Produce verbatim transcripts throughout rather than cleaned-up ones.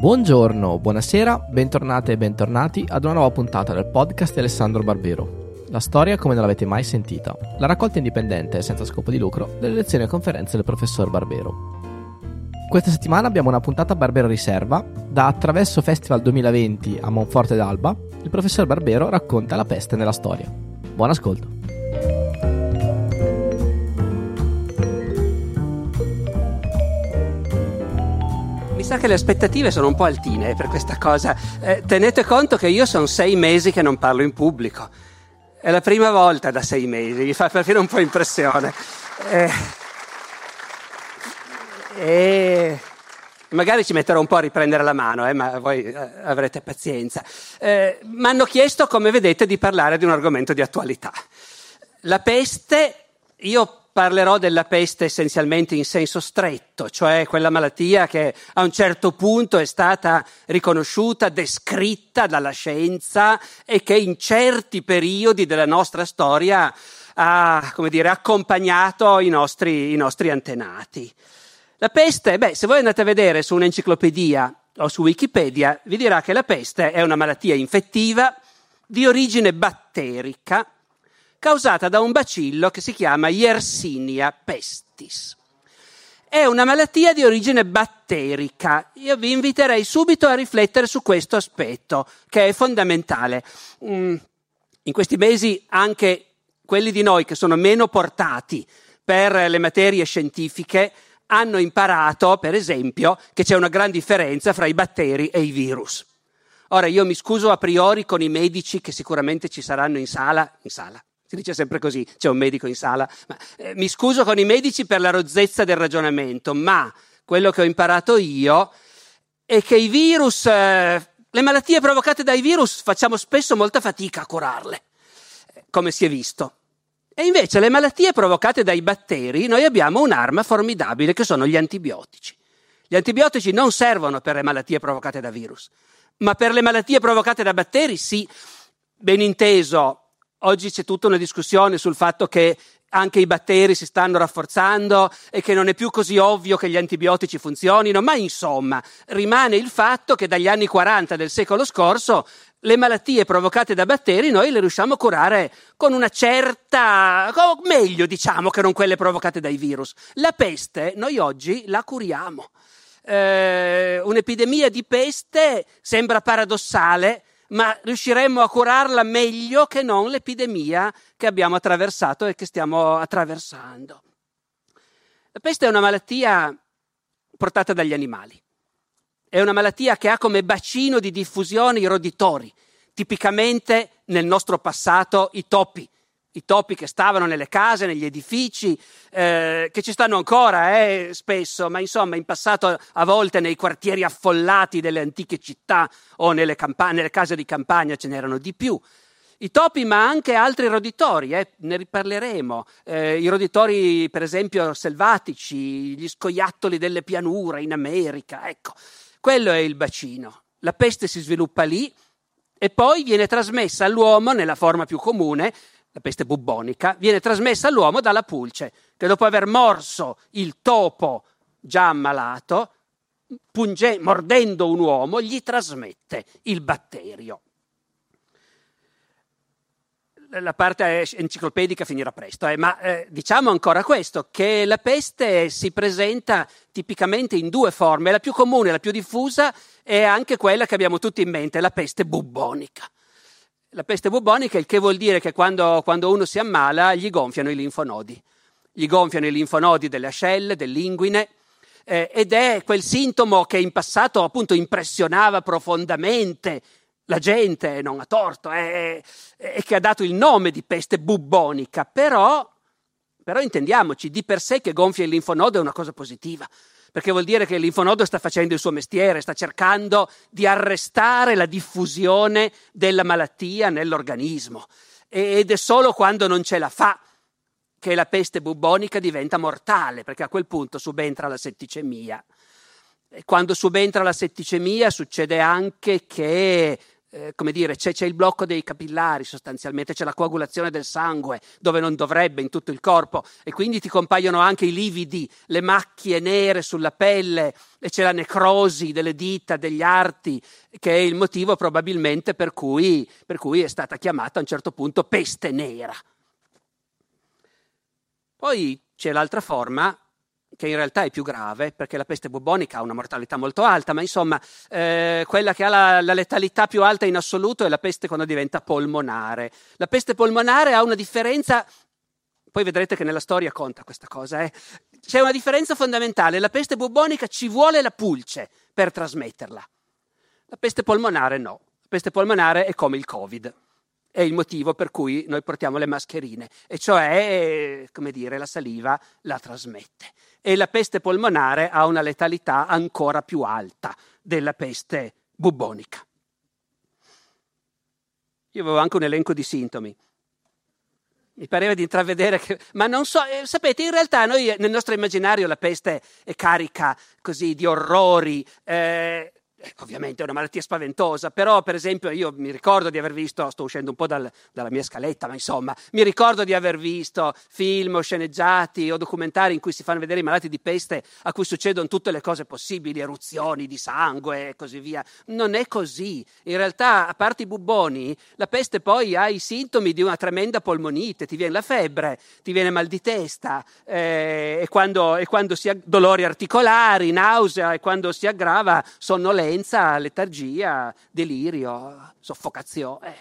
Buongiorno, buonasera, bentornate e bentornati ad una nuova puntata del podcast di Alessandro Barbero. La storia come non l'avete mai sentita. La raccolta indipendente e senza scopo di lucro delle lezioni e conferenze del professor Barbero. Questa settimana abbiamo una puntata Barbero Riserva. Da Attraverso Festival duemilaventi a Monforte d'Alba, il professor Barbero racconta la peste nella storia. Buon ascolto. Mi sa che le aspettative sono un po' altine per questa cosa. Eh, tenete conto che io sono sei mesi che non parlo in pubblico. È la prima volta da sei mesi, mi fa perfino un po' impressione. Eh, e magari ci metterò un po' a riprendere la mano, eh, ma voi eh, avrete pazienza. Eh, mi hanno chiesto, come vedete, di parlare di un argomento di attualità. La peste, io parlerò della peste essenzialmente in senso stretto, cioè quella malattia che a un certo punto è stata riconosciuta, descritta dalla scienza e che in certi periodi della nostra storia ha, come dire, accompagnato i nostri, i nostri antenati. La peste, beh, se voi andate a vedere su un'enciclopedia o su Wikipedia, vi dirà che la peste è una malattia infettiva di origine batterica causata da un bacillo che si chiama Yersinia pestis. È una malattia di origine batterica. Io vi inviterei subito a riflettere su questo aspetto, che è fondamentale. Mm, in questi mesi anche quelli di noi che sono meno portati per le materie scientifiche hanno imparato, per esempio, che c'è una gran differenza fra i batteri e i virus. Ora, io mi scuso a priori con i medici che sicuramente ci saranno in sala, in sala. Si dice sempre così, c'è un medico in sala. Ma, eh, mi scuso con i medici per la rozzezza del ragionamento, ma quello che ho imparato io è che i virus, eh, le malattie provocate dai virus facciamo spesso molta fatica a curarle, eh, come si è visto. E invece le malattie provocate dai batteri, noi abbiamo un'arma formidabile che sono gli antibiotici. Gli antibiotici non servono per le malattie provocate da virus, ma per le malattie provocate da batteri sì. Ben inteso, oggi c'è tutta una discussione sul fatto che anche i batteri si stanno rafforzando e che non è più così ovvio che gli antibiotici funzionino, ma insomma rimane il fatto che dagli anni quaranta del secolo scorso le malattie provocate da batteri noi le riusciamo a curare con una certa, meglio diciamo che non quelle provocate dai virus. La peste noi oggi la curiamo. Eh, un'epidemia di peste sembra paradossale, ma riusciremmo a curarla meglio che non l'epidemia che abbiamo attraversato e che stiamo attraversando. La peste è una malattia portata dagli animali. È una malattia che ha come bacino di diffusione i roditori, tipicamente nel nostro passato i topi. I topi che stavano nelle case, negli edifici, eh, che ci stanno ancora eh, spesso, ma insomma in passato a volte nei quartieri affollati delle antiche città o nelle, camp- nelle case di campagna ce n'erano di più. I topi, ma anche altri roditori, eh, ne riparleremo. Eh, I roditori, per esempio, selvatici, gli scoiattoli delle pianure in America, ecco. Quello è il bacino. La peste si sviluppa lì e poi viene trasmessa all'uomo nella forma più comune. La peste bubbonica viene trasmessa all'uomo dalla pulce, che dopo aver morso il topo già ammalato, punge- mordendo un uomo, gli trasmette il batterio. La parte enciclopedica finirà presto, eh, ma eh, diciamo ancora questo, che la peste si presenta tipicamente in due forme. La più comune, la più diffusa, è anche quella che abbiamo tutti in mente, la peste bubbonica. La peste bubbonica, il che vuol dire che quando, quando uno si ammala gli gonfiano i linfonodi. Gli gonfiano i linfonodi delle ascelle, dell'inguine, eh, ed è quel sintomo che in passato appunto impressionava profondamente la gente, non a torto, e eh, eh, che ha dato il nome di peste bubbonica. Però, però intendiamoci, di per sé che gonfia il linfonodo è una cosa positiva, perché vuol dire che il linfonodo sta facendo il suo mestiere, sta cercando di arrestare la diffusione della malattia nell'organismo, ed è solo quando non ce la fa che la peste bubbonica diventa mortale, perché a quel punto subentra la setticemia. E quando subentra la setticemia succede anche che eh, come dire, c'è, c'è il blocco dei capillari sostanzialmente, c'è la coagulazione del sangue dove non dovrebbe in tutto il corpo e quindi ti compaiono anche i lividi, le macchie nere sulla pelle e c'è la necrosi delle dita, degli arti, che è il motivo probabilmente per cui, per cui è stata chiamata a un certo punto peste nera. Poi c'è l'altra forma, che in realtà è più grave, perché la peste bubbonica ha una mortalità molto alta, ma insomma eh, quella che ha la, la letalità più alta in assoluto è la peste quando diventa polmonare. La peste polmonare ha una differenza, poi vedrete che nella storia conta questa cosa, eh. C'è una differenza fondamentale, la peste bubbonica ci vuole la pulce per trasmetterla, la peste polmonare no, la peste polmonare è come il Covid. È il motivo per cui noi portiamo le mascherine, e cioè, come dire, la saliva la trasmette. E la peste polmonare ha una letalità ancora più alta della peste bubbonica. Io avevo anche un elenco di sintomi. Mi pareva di intravedere che... Ma non so, eh, sapete, in realtà noi nel nostro immaginario la peste è carica così di orrori, eh, ovviamente è una malattia spaventosa, però per esempio io mi ricordo di aver visto, sto uscendo un po' dal, dalla mia scaletta, ma insomma, mi ricordo di aver visto film o sceneggiati o documentari in cui si fanno vedere i malati di peste a cui succedono tutte le cose possibili, eruzioni di sangue e così via. Non è così. In realtà, a parte i bubboni, la peste poi ha i sintomi di una tremenda polmonite, ti viene la febbre, ti viene mal di testa, eh, e, quando, e quando si ha dolori articolari, nausea, e quando si aggrava sonnolenza, letargia, delirio, soffocazione.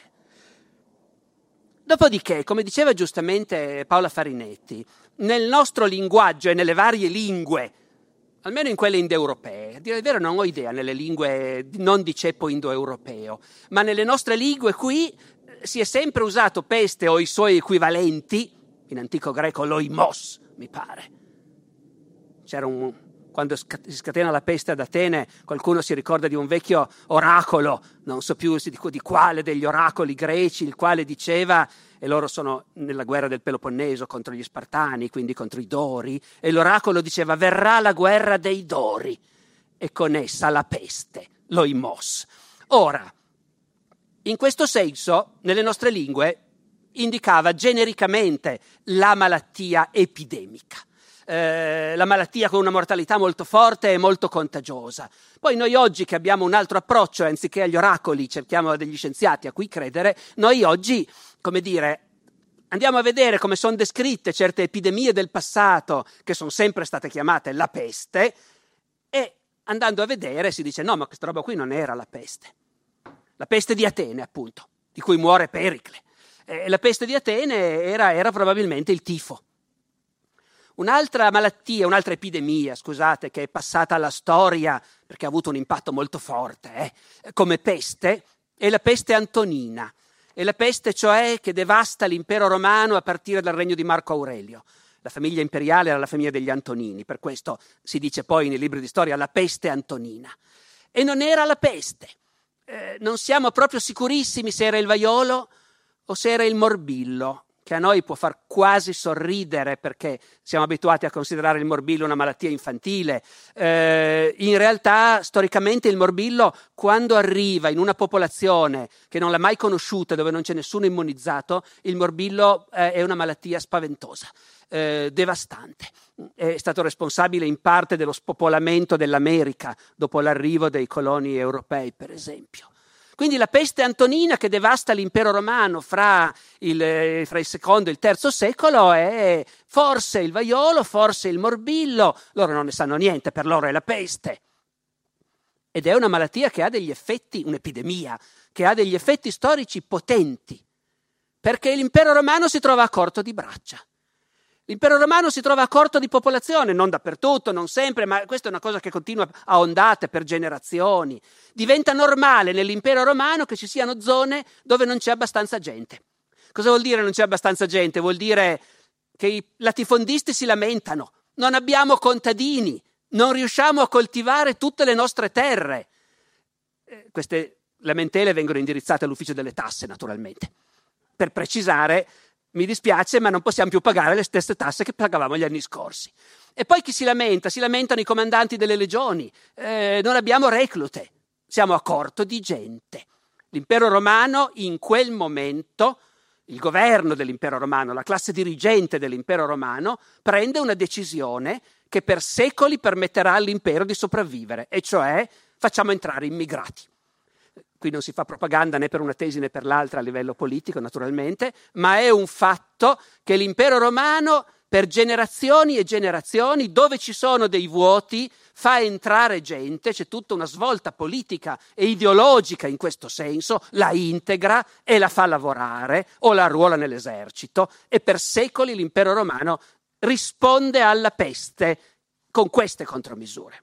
Dopodiché, come diceva giustamente Paola Farinetti, nel nostro linguaggio e nelle varie lingue, almeno in quelle indoeuropee, a dire il vero non ho idea nelle lingue non di ceppo indoeuropeo, ma nelle nostre lingue qui si è sempre usato peste o i suoi equivalenti, in antico greco loimos, mi pare. C'era un... Quando si scatena la peste ad Atene, qualcuno si ricorda di un vecchio oracolo, non so più di quale degli oracoli greci, il quale diceva, e loro sono nella guerra del Peloponneso contro gli Spartani, quindi contro i Dori, e l'oracolo diceva: verrà la guerra dei Dori, e con essa la peste, loimos. Ora, in questo senso, nelle nostre lingue, indicava genericamente la malattia epidemica. Eh, la malattia con una mortalità molto forte e molto contagiosa. Poi noi oggi che abbiamo un altro approccio, anziché agli oracoli cerchiamo degli scienziati a cui credere, noi oggi, come dire, andiamo a vedere come sono descritte certe epidemie del passato che sono sempre state chiamate la peste, e andando a vedere si dice no, ma questa roba qui non era la peste. La peste di Atene, appunto, di cui muore Pericle. Eh, la peste di Atene era, era probabilmente il tifo. Un'altra malattia, un'altra epidemia, scusate, che è passata alla storia perché ha avuto un impatto molto forte, eh, come peste, è la peste antonina. È la peste, cioè, che devasta l'impero romano a partire dal regno di Marco Aurelio. La famiglia imperiale era la famiglia degli Antonini, per questo si dice poi nei libri di storia la peste antonina. E non era la peste. Eh, non siamo proprio sicurissimi se era il vaiolo o se era il morbillo, che a noi può far quasi sorridere perché siamo abituati a considerare il morbillo una malattia infantile. Eh, in realtà, storicamente, il morbillo, quando arriva in una popolazione che non l'ha mai conosciuta, dove non c'è nessuno immunizzato, il morbillo eh, è una malattia spaventosa, eh, devastante. È stato responsabile in parte dello spopolamento dell'America dopo l'arrivo dei coloni europei, per esempio. Quindi la peste antonina che devasta l'impero romano fra il, fra il secondo e il terzo secolo è forse il vaiolo, forse il morbillo, loro non ne sanno niente, per loro è la peste. Ed è una malattia che ha degli effetti, un'epidemia, che ha degli effetti storici potenti, perché l'impero romano si trova a corto di braccia. L'impero romano si trova a corto di popolazione, non dappertutto, non sempre, ma questa è una cosa che continua a ondate per generazioni. Diventa normale nell'impero romano che ci siano zone dove non c'è abbastanza gente. Cosa vuol dire non c'è abbastanza gente? Vuol dire che i latifondisti si lamentano, non abbiamo contadini, non riusciamo a coltivare tutte le nostre terre. Eh, queste lamentele vengono indirizzate all'ufficio delle tasse, naturalmente. Per precisare, mi dispiace, ma non possiamo più pagare le stesse tasse che pagavamo gli anni scorsi. E poi chi si lamenta? Si lamentano i comandanti delle legioni. Eh, non abbiamo reclute, siamo a corto di gente. L'impero romano in quel momento, il governo dell'impero romano, la classe dirigente dell'impero romano, prende una decisione che per secoli permetterà all'impero di sopravvivere, e cioè facciamo entrare immigrati. Qui non si fa propaganda né per una tesi né per l'altra a livello politico, naturalmente, ma è un fatto che l'impero romano per generazioni e generazioni, dove ci sono dei vuoti, fa entrare gente, c'è tutta una svolta politica e ideologica in questo senso, la integra e la fa lavorare o la arruola nell'esercito, e per secoli l'impero romano risponde alla peste con queste contromisure.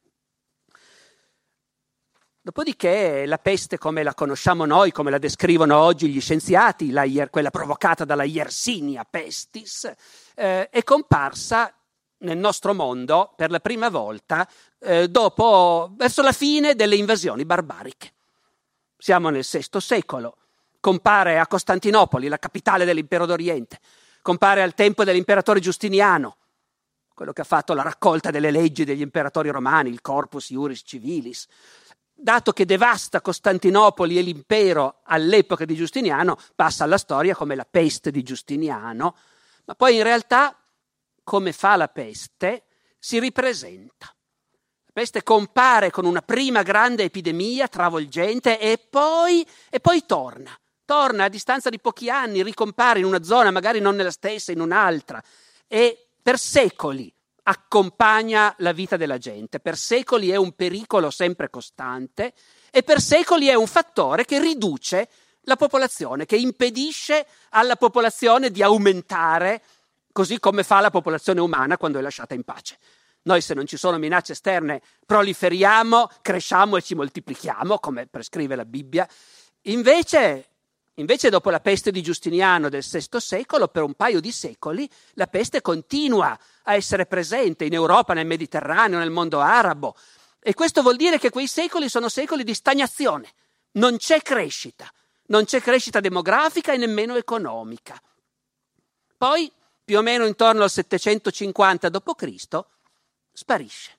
Dopodiché la peste come la conosciamo noi, come la descrivono oggi gli scienziati, la, quella provocata dalla Yersinia pestis, eh, è comparsa nel nostro mondo per la prima volta eh, dopo, verso la fine delle invasioni barbariche. Siamo nel sesto secolo, compare a Costantinopoli, la capitale dell'impero d'Oriente, compare al tempo dell'imperatore Giustiniano, quello che ha fatto la raccolta delle leggi degli imperatori romani, il Corpus Iuris Civilis. Dato che devasta Costantinopoli e l'impero all'epoca di Giustiniano, passa alla storia come la peste di Giustiniano, ma poi in realtà, come fa la peste, si ripresenta. La peste compare con una prima grande epidemia travolgente e poi, e poi torna. Torna a distanza di pochi anni, ricompare in una zona, magari non nella stessa, in un'altra, e per secoli accompagna la vita della gente. Per secoli è un pericolo sempre costante e per secoli è un fattore che riduce la popolazione, che impedisce alla popolazione di aumentare, così come fa la popolazione umana quando è lasciata in pace. Noi, se non ci sono minacce esterne, proliferiamo, cresciamo e ci moltiplichiamo, come prescrive la Bibbia. Invece, invece dopo la peste di Giustiniano del sesto secolo, per un paio di secoli, la peste continua a essere presente in Europa, nel Mediterraneo, nel mondo arabo. E questo vuol dire che quei secoli sono secoli di stagnazione. Non c'è crescita, non c'è crescita demografica e nemmeno economica. Poi, più o meno intorno al settecentocinquanta dopo Cristo, sparisce.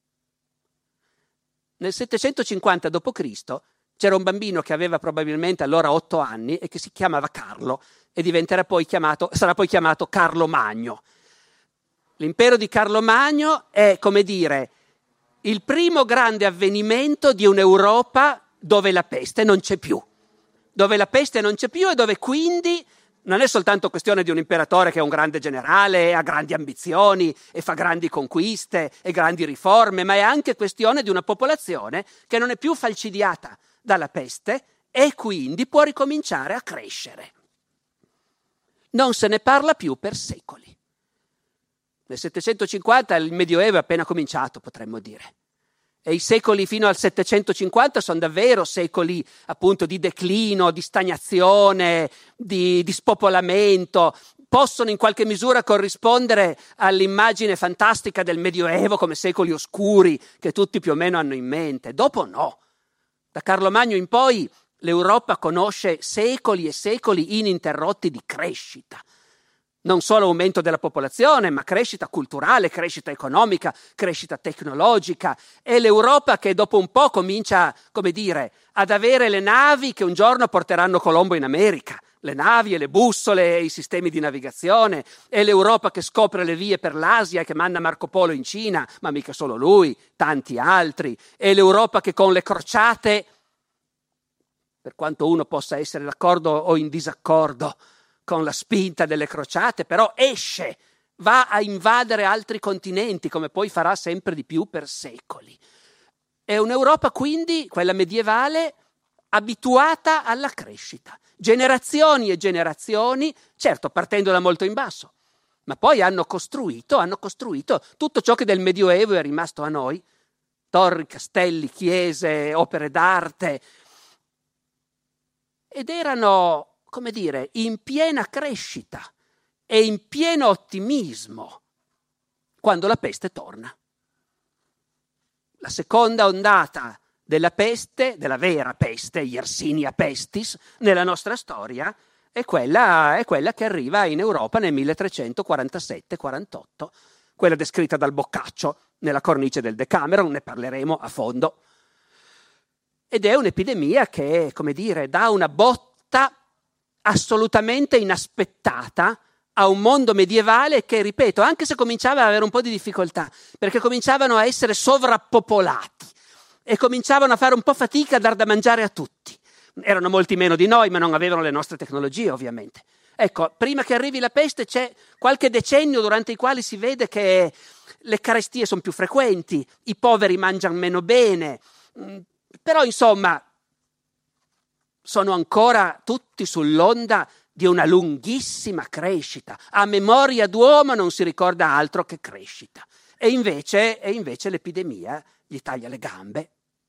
Nel settecentocinquanta dopo Cristo c'era un bambino che aveva probabilmente allora otto anni e che si chiamava Carlo e diventerà poi chiamato, sarà poi chiamato Carlo Magno. L'impero di Carlo Magno è, come dire, il primo grande avvenimento di un'Europa dove la peste non c'è più. Dove la peste non c'è più e dove quindi non è soltanto questione di un imperatore che è un grande generale, ha grandi ambizioni e fa grandi conquiste e grandi riforme, ma è anche questione di una popolazione che non è più falcidiata dalla peste e quindi può ricominciare a crescere. Non se ne parla più per secoli. Nel settecentocinquanta il Medioevo è appena cominciato, potremmo dire. E i secoli fino al settecentocinquanta sono davvero secoli appunto di declino, di stagnazione, di, di spopolamento. Possono in qualche misura corrispondere all'immagine fantastica del Medioevo come secoli oscuri che tutti più o meno hanno in mente. Dopo no. Da Carlo Magno in poi l'Europa conosce secoli e secoli ininterrotti di crescita. Non solo aumento della popolazione, ma crescita culturale, crescita economica, crescita tecnologica. È l'Europa che dopo un po' comincia, come dire, ad avere le navi che un giorno porteranno Colombo in America. Le navi e le bussole e i sistemi di navigazione. È l'Europa che scopre le vie per l'Asia e che manda Marco Polo in Cina, ma mica solo lui, tanti altri. È l'Europa che con le crociate, per quanto uno possa essere d'accordo o in disaccordo con la spinta delle crociate, però esce, va a invadere altri continenti, come poi farà sempre di più per secoli. È un'Europa quindi, quella medievale, abituata alla crescita. Generazioni e generazioni, certo partendo da molto in basso, ma poi hanno costruito, hanno costruito tutto ciò che del Medioevo è rimasto a noi, torri, castelli, chiese, opere d'arte, ed erano, come dire, in piena crescita e in pieno ottimismo quando la peste torna. La seconda ondata della peste, della vera peste, Yersinia pestis, nella nostra storia, è quella, è quella che arriva in Europa nel milletrecentoquarantasette quarantotto, quella descritta dal Boccaccio nella cornice del Decameron, ne parleremo a fondo. ed è un'epidemia che, come dire, dà una botta assolutamente inaspettata a un mondo medievale che, ripeto, anche se cominciava ad avere un po' di difficoltà, perché cominciavano a essere sovrappopolati e cominciavano a fare un po' fatica a dar da mangiare a tutti. Erano molti meno di noi, ma non avevano le nostre tecnologie, ovviamente. Ecco, prima che arrivi la peste c'è qualche decennio durante i quali si vede che le carestie sono più frequenti, i poveri mangiano meno bene, però insomma sono ancora tutti sull'onda di una lunghissima crescita. A memoria d'uomo non si ricorda altro che crescita. E invece, e invece l'epidemia gli taglia le gambe.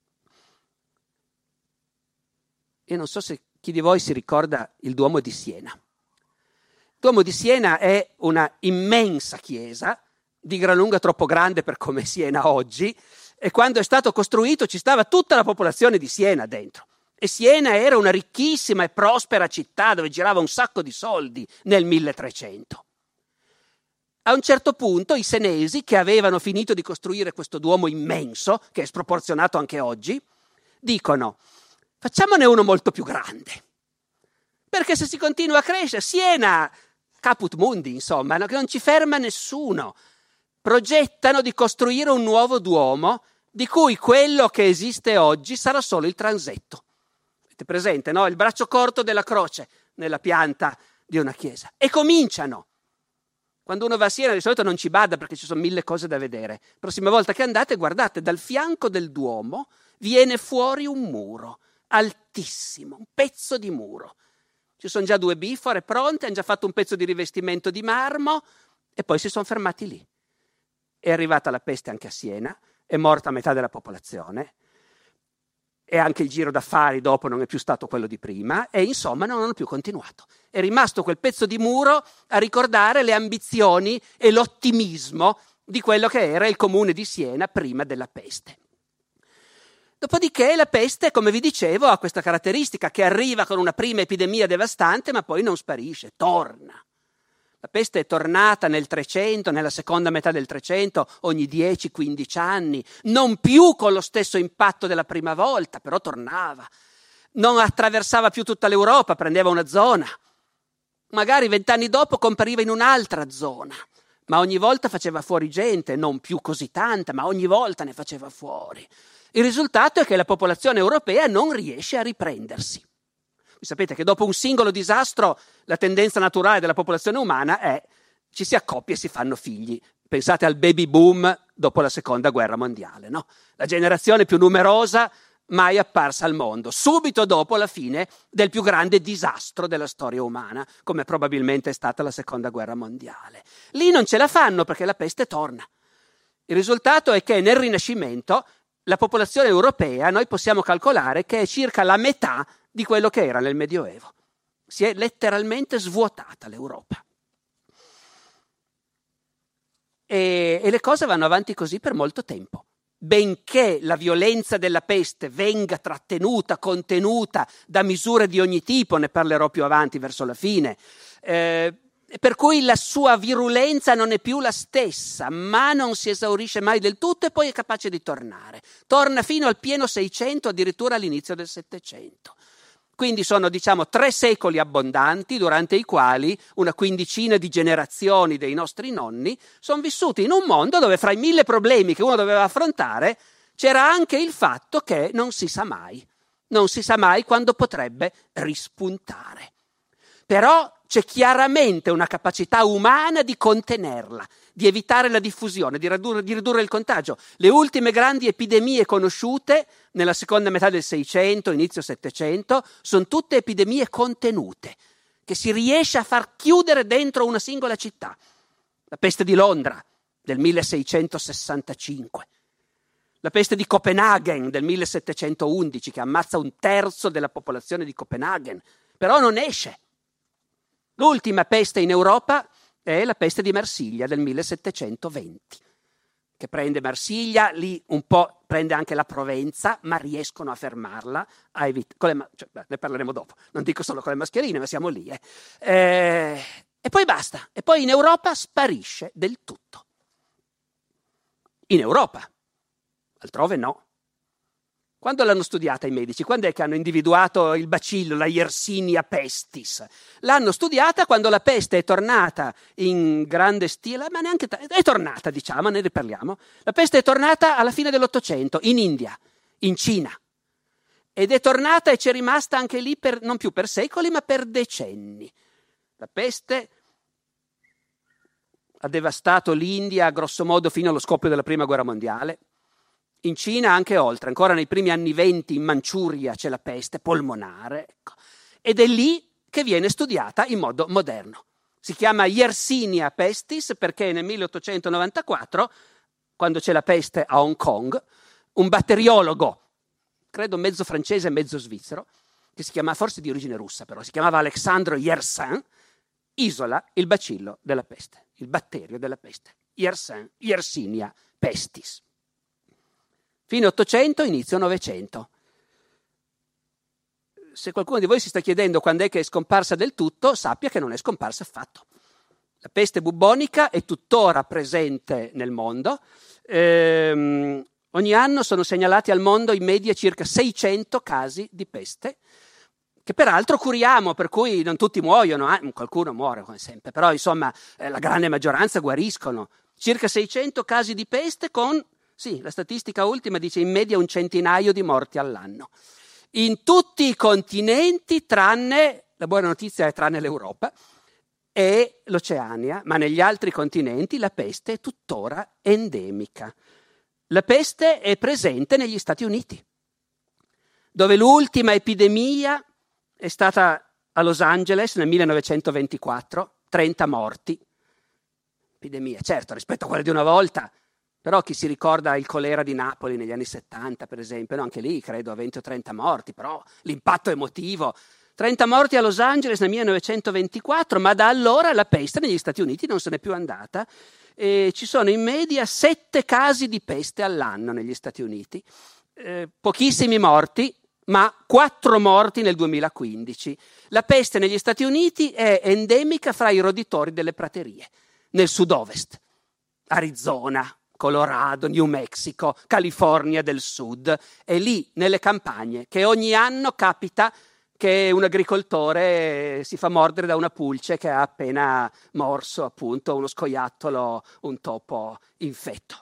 Io non so se chi di voi si ricorda il Duomo di Siena. Il Duomo di Siena è una immensa chiesa, di gran lunga troppo grande per come Siena oggi, e quando è stato costruito ci stava tutta la popolazione di Siena dentro. E Siena era una ricchissima e prospera città dove girava un sacco di soldi nel milletrecento. A un certo punto i senesi, che avevano finito di costruire questo Duomo immenso, che è sproporzionato anche oggi, dicono: facciamone uno molto più grande, perché se si continua a crescere, Siena, caput mundi, insomma, no? Che non ci ferma nessuno. Progettano di costruire un nuovo Duomo, di cui quello che esiste oggi sarà solo il transetto. Avete presente, no? Il braccio corto della croce nella pianta di una chiesa. E cominciano. Quando uno va a Siena di solito non ci bada perché ci sono mille cose da vedere. La prossima volta che andate, guardate, dal fianco del Duomo viene fuori un muro altissimo, un pezzo di muro. Ci sono già due bifore pronte, hanno già fatto un pezzo di rivestimento di marmo e poi si sono fermati lì. È arrivata la peste anche a Siena, è morta metà della popolazione e anche il giro d'affari dopo non è più stato quello di prima e insomma non hanno più continuato. È rimasto quel pezzo di muro a ricordare le ambizioni e l'ottimismo di quello che era il comune di Siena prima della peste. Dopodiché la peste, come vi dicevo, ha questa caratteristica che arriva con una prima epidemia devastante ma poi non sparisce, torna. La peste è tornata nel trecento, nella seconda metà del trecento, ogni dieci quindici anni, non più con lo stesso impatto della prima volta, però tornava. Non attraversava più tutta l'Europa, prendeva una zona. Magari vent'anni dopo compariva in un'altra zona, ma ogni volta faceva fuori gente, non più così tanta, ma ogni volta ne faceva fuori. Il risultato è che la popolazione europea non riesce a riprendersi. Sapete che dopo un singolo disastro la tendenza naturale della popolazione umana è ci si accoppia e si fanno figli. Pensate al baby boom dopo la seconda guerra mondiale, no? La generazione più numerosa mai apparsa al mondo, subito dopo la fine del più grande disastro della storia umana, come probabilmente è stata la seconda guerra mondiale. Lì non ce la fanno perché la peste torna. Il risultato è che nel Rinascimento la popolazione europea, noi possiamo calcolare che è circa la metà di quello che era nel Medioevo. Si è letteralmente svuotata l'Europa. E, e le cose vanno avanti così per molto tempo. Benché la violenza della peste venga trattenuta, contenuta da misure di ogni tipo, ne parlerò più avanti verso la fine, eh, per cui la sua virulenza non è più la stessa, ma non si esaurisce mai del tutto e poi è capace di tornare. Torna fino al pieno Seicento, addirittura all'inizio del Settecento. Quindi sono, diciamo, tre secoli abbondanti durante i quali una quindicina di generazioni dei nostri nonni sono vissuti in un mondo dove fra i mille problemi che uno doveva affrontare c'era anche il fatto che non si sa mai, non si sa mai quando potrebbe rispuntare. Però c'è chiaramente una capacità umana di contenerla, di evitare la diffusione, di ridurre, di ridurre il contagio. Le ultime grandi epidemie conosciute nella seconda metà del Seicento, inizio Settecento, sono tutte epidemie contenute, che si riesce a far chiudere dentro una singola città. La peste di Londra del milleseicentosessantacinque, la peste di Copenaghen del millesettecentoundici, che ammazza un terzo della popolazione di Copenaghen, però non esce. L'ultima peste in Europa è la peste di Marsiglia del millesettecentoventi, che prende Marsiglia, lì un po' prende anche la Provenza, ma riescono a fermarla, a evit- con le ma- cioè, beh, ne parleremo dopo, non dico solo con le mascherine, ma siamo lì. Eh. Eh, e poi basta, e poi in Europa sparisce del tutto. In Europa, altrove no. Quando l'hanno studiata i medici? Quando è che hanno individuato il bacillo, la Yersinia pestis? L'hanno studiata quando la peste è tornata in grande stile, ma neanche t- è tornata, diciamo, ne riparliamo. La peste è tornata alla fine dell'Ottocento, in India, in Cina. Ed è tornata e c'è rimasta anche lì per, non più per secoli, ma per decenni. La peste ha devastato l'India grosso modo fino allo scoppio della Prima Guerra Mondiale. In Cina anche oltre, ancora nei primi anni venti in Manciuria c'è la peste polmonare, ecco. Ed è lì che viene studiata in modo moderno. Si chiama Yersinia pestis perché nel milleottocentonovantaquattro, quando c'è la peste a Hong Kong, un batteriologo, credo mezzo francese e mezzo svizzero, che si chiama, forse di origine russa però, si chiamava Alexandre Yersin, isola il bacillo della peste, il batterio della peste, Yersin, Yersinia pestis. Fine Ottocento, inizio Novecento. Se qualcuno di voi si sta chiedendo quando è che è scomparsa del tutto, sappia che non è scomparsa affatto. La peste bubbonica è tuttora presente nel mondo. Ehm, ogni anno sono segnalati al mondo in media circa seicento casi di peste, che peraltro curiamo, per cui non tutti muoiono, eh? Qualcuno muore come sempre, però insomma eh, la grande maggioranza guariscono. Circa seicento casi di peste con... Sì, la statistica ultima dice in media un centinaio di morti all'anno. In tutti i continenti, tranne, la buona notizia è tranne l'Europa e l'Oceania, ma negli altri continenti la peste è tuttora endemica. La peste è presente negli Stati Uniti, dove l'ultima epidemia è stata a Los Angeles nel millenovecentoventiquattro, trenta morti. Epidemia, certo, rispetto a quella di una volta. Però chi si ricorda il colera di Napoli negli anni settanta, per esempio, no? Anche lì credo venti o trenta morti, però l'impatto emotivo. trenta morti a Los Angeles nel millenovecentoventiquattro, ma da allora la peste negli Stati Uniti non se n'è più andata. E ci sono in media sette casi di peste all'anno negli Stati Uniti, eh, pochissimi morti, ma quattro morti nel duemilaquindici. La peste negli Stati Uniti è endemica fra i roditori delle praterie, nel sud-ovest, Arizona, Colorado, New Mexico, California del Sud. È lì, nelle campagne, che ogni anno capita che un agricoltore si fa mordere da una pulce che ha appena morso, appunto, uno scoiattolo, un topo infetto.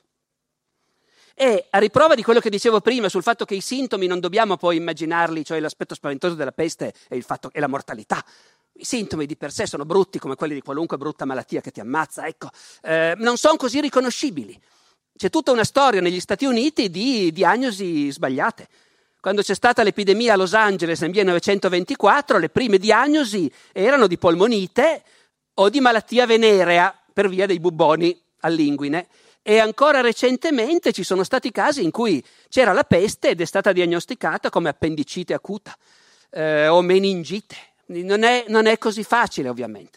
E a riprova di quello che dicevo prima sul fatto che i sintomi non dobbiamo poi immaginarli, cioè l'aspetto spaventoso della peste è il fatto è la mortalità. I sintomi di per sé sono brutti come quelli di qualunque brutta malattia che ti ammazza, ecco, eh, non sono così riconoscibili. C'è tutta una storia negli Stati Uniti di diagnosi sbagliate. Quando c'è stata l'epidemia a Los Angeles nel millenovecentoventiquattro, le prime diagnosi erano di polmonite o di malattia venerea per via dei bubboni all'inguine. E ancora recentemente ci sono stati casi in cui c'era la peste ed è stata diagnosticata come appendicite acuta eh, o meningite. Non è, non è così facile, ovviamente.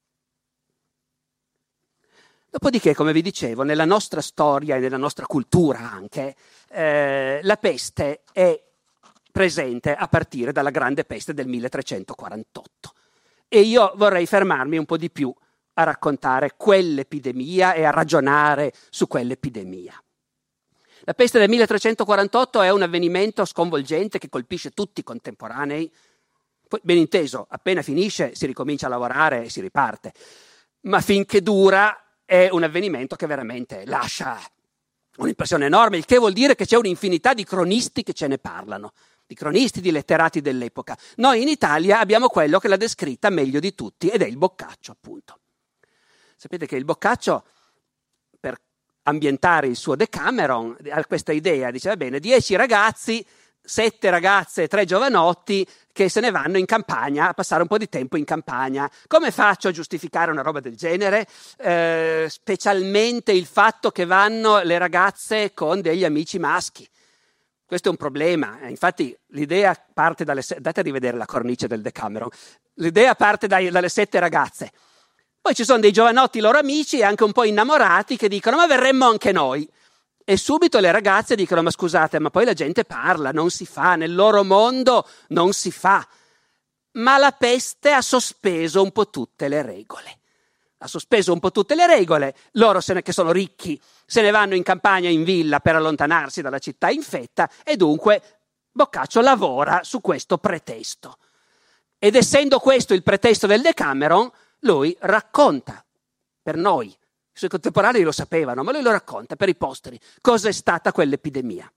Dopodiché, come vi dicevo, nella nostra storia e nella nostra cultura anche, eh, la peste è presente a partire dalla grande peste del milletrecentoquarantotto. E io vorrei fermarmi un po' di più a raccontare quell'epidemia e a ragionare su quell'epidemia. La peste del milletrecentoquarantotto è un avvenimento sconvolgente che colpisce tutti i contemporanei. Poi, ben inteso, appena finisce si ricomincia a lavorare e si riparte. Ma finché dura è un avvenimento che veramente lascia un'impressione enorme, il che vuol dire che c'è un'infinità di cronisti che ce ne parlano, di cronisti, di letterati dell'epoca. Noi in Italia abbiamo quello che l'ha descritta meglio di tutti ed è il Boccaccio, appunto. Sapete che il Boccaccio, per ambientare il suo Decameron, ha questa idea, dice, va bene, dieci ragazzi, sette ragazze e tre giovanotti che se ne vanno in campagna a passare un po' di tempo in campagna. Come faccio a giustificare una roba del genere? Eh, specialmente il fatto che vanno le ragazze con degli amici maschi. Questo è un problema. Infatti l'idea parte dalle... Andate a rivedere la cornice del Decameron. L'idea parte dai, dalle sette ragazze. Poi ci sono dei giovanotti loro amici e anche un po' innamorati che dicono ma verremmo anche noi. E subito le ragazze dicono ma scusate, ma poi la gente parla, non si fa, nel loro mondo non si fa. Ma la peste ha sospeso un po' tutte le regole. Ha sospeso un po' tutte le regole, loro se ne, che sono ricchi se ne vanno in campagna in villa per allontanarsi dalla città infetta e dunque Boccaccio lavora su questo pretesto. Ed essendo questo il pretesto del Decameron, lui racconta per noi, i suoi contemporanei lo sapevano, ma lui lo racconta per i posteri, cosa è stata quell'epidemia.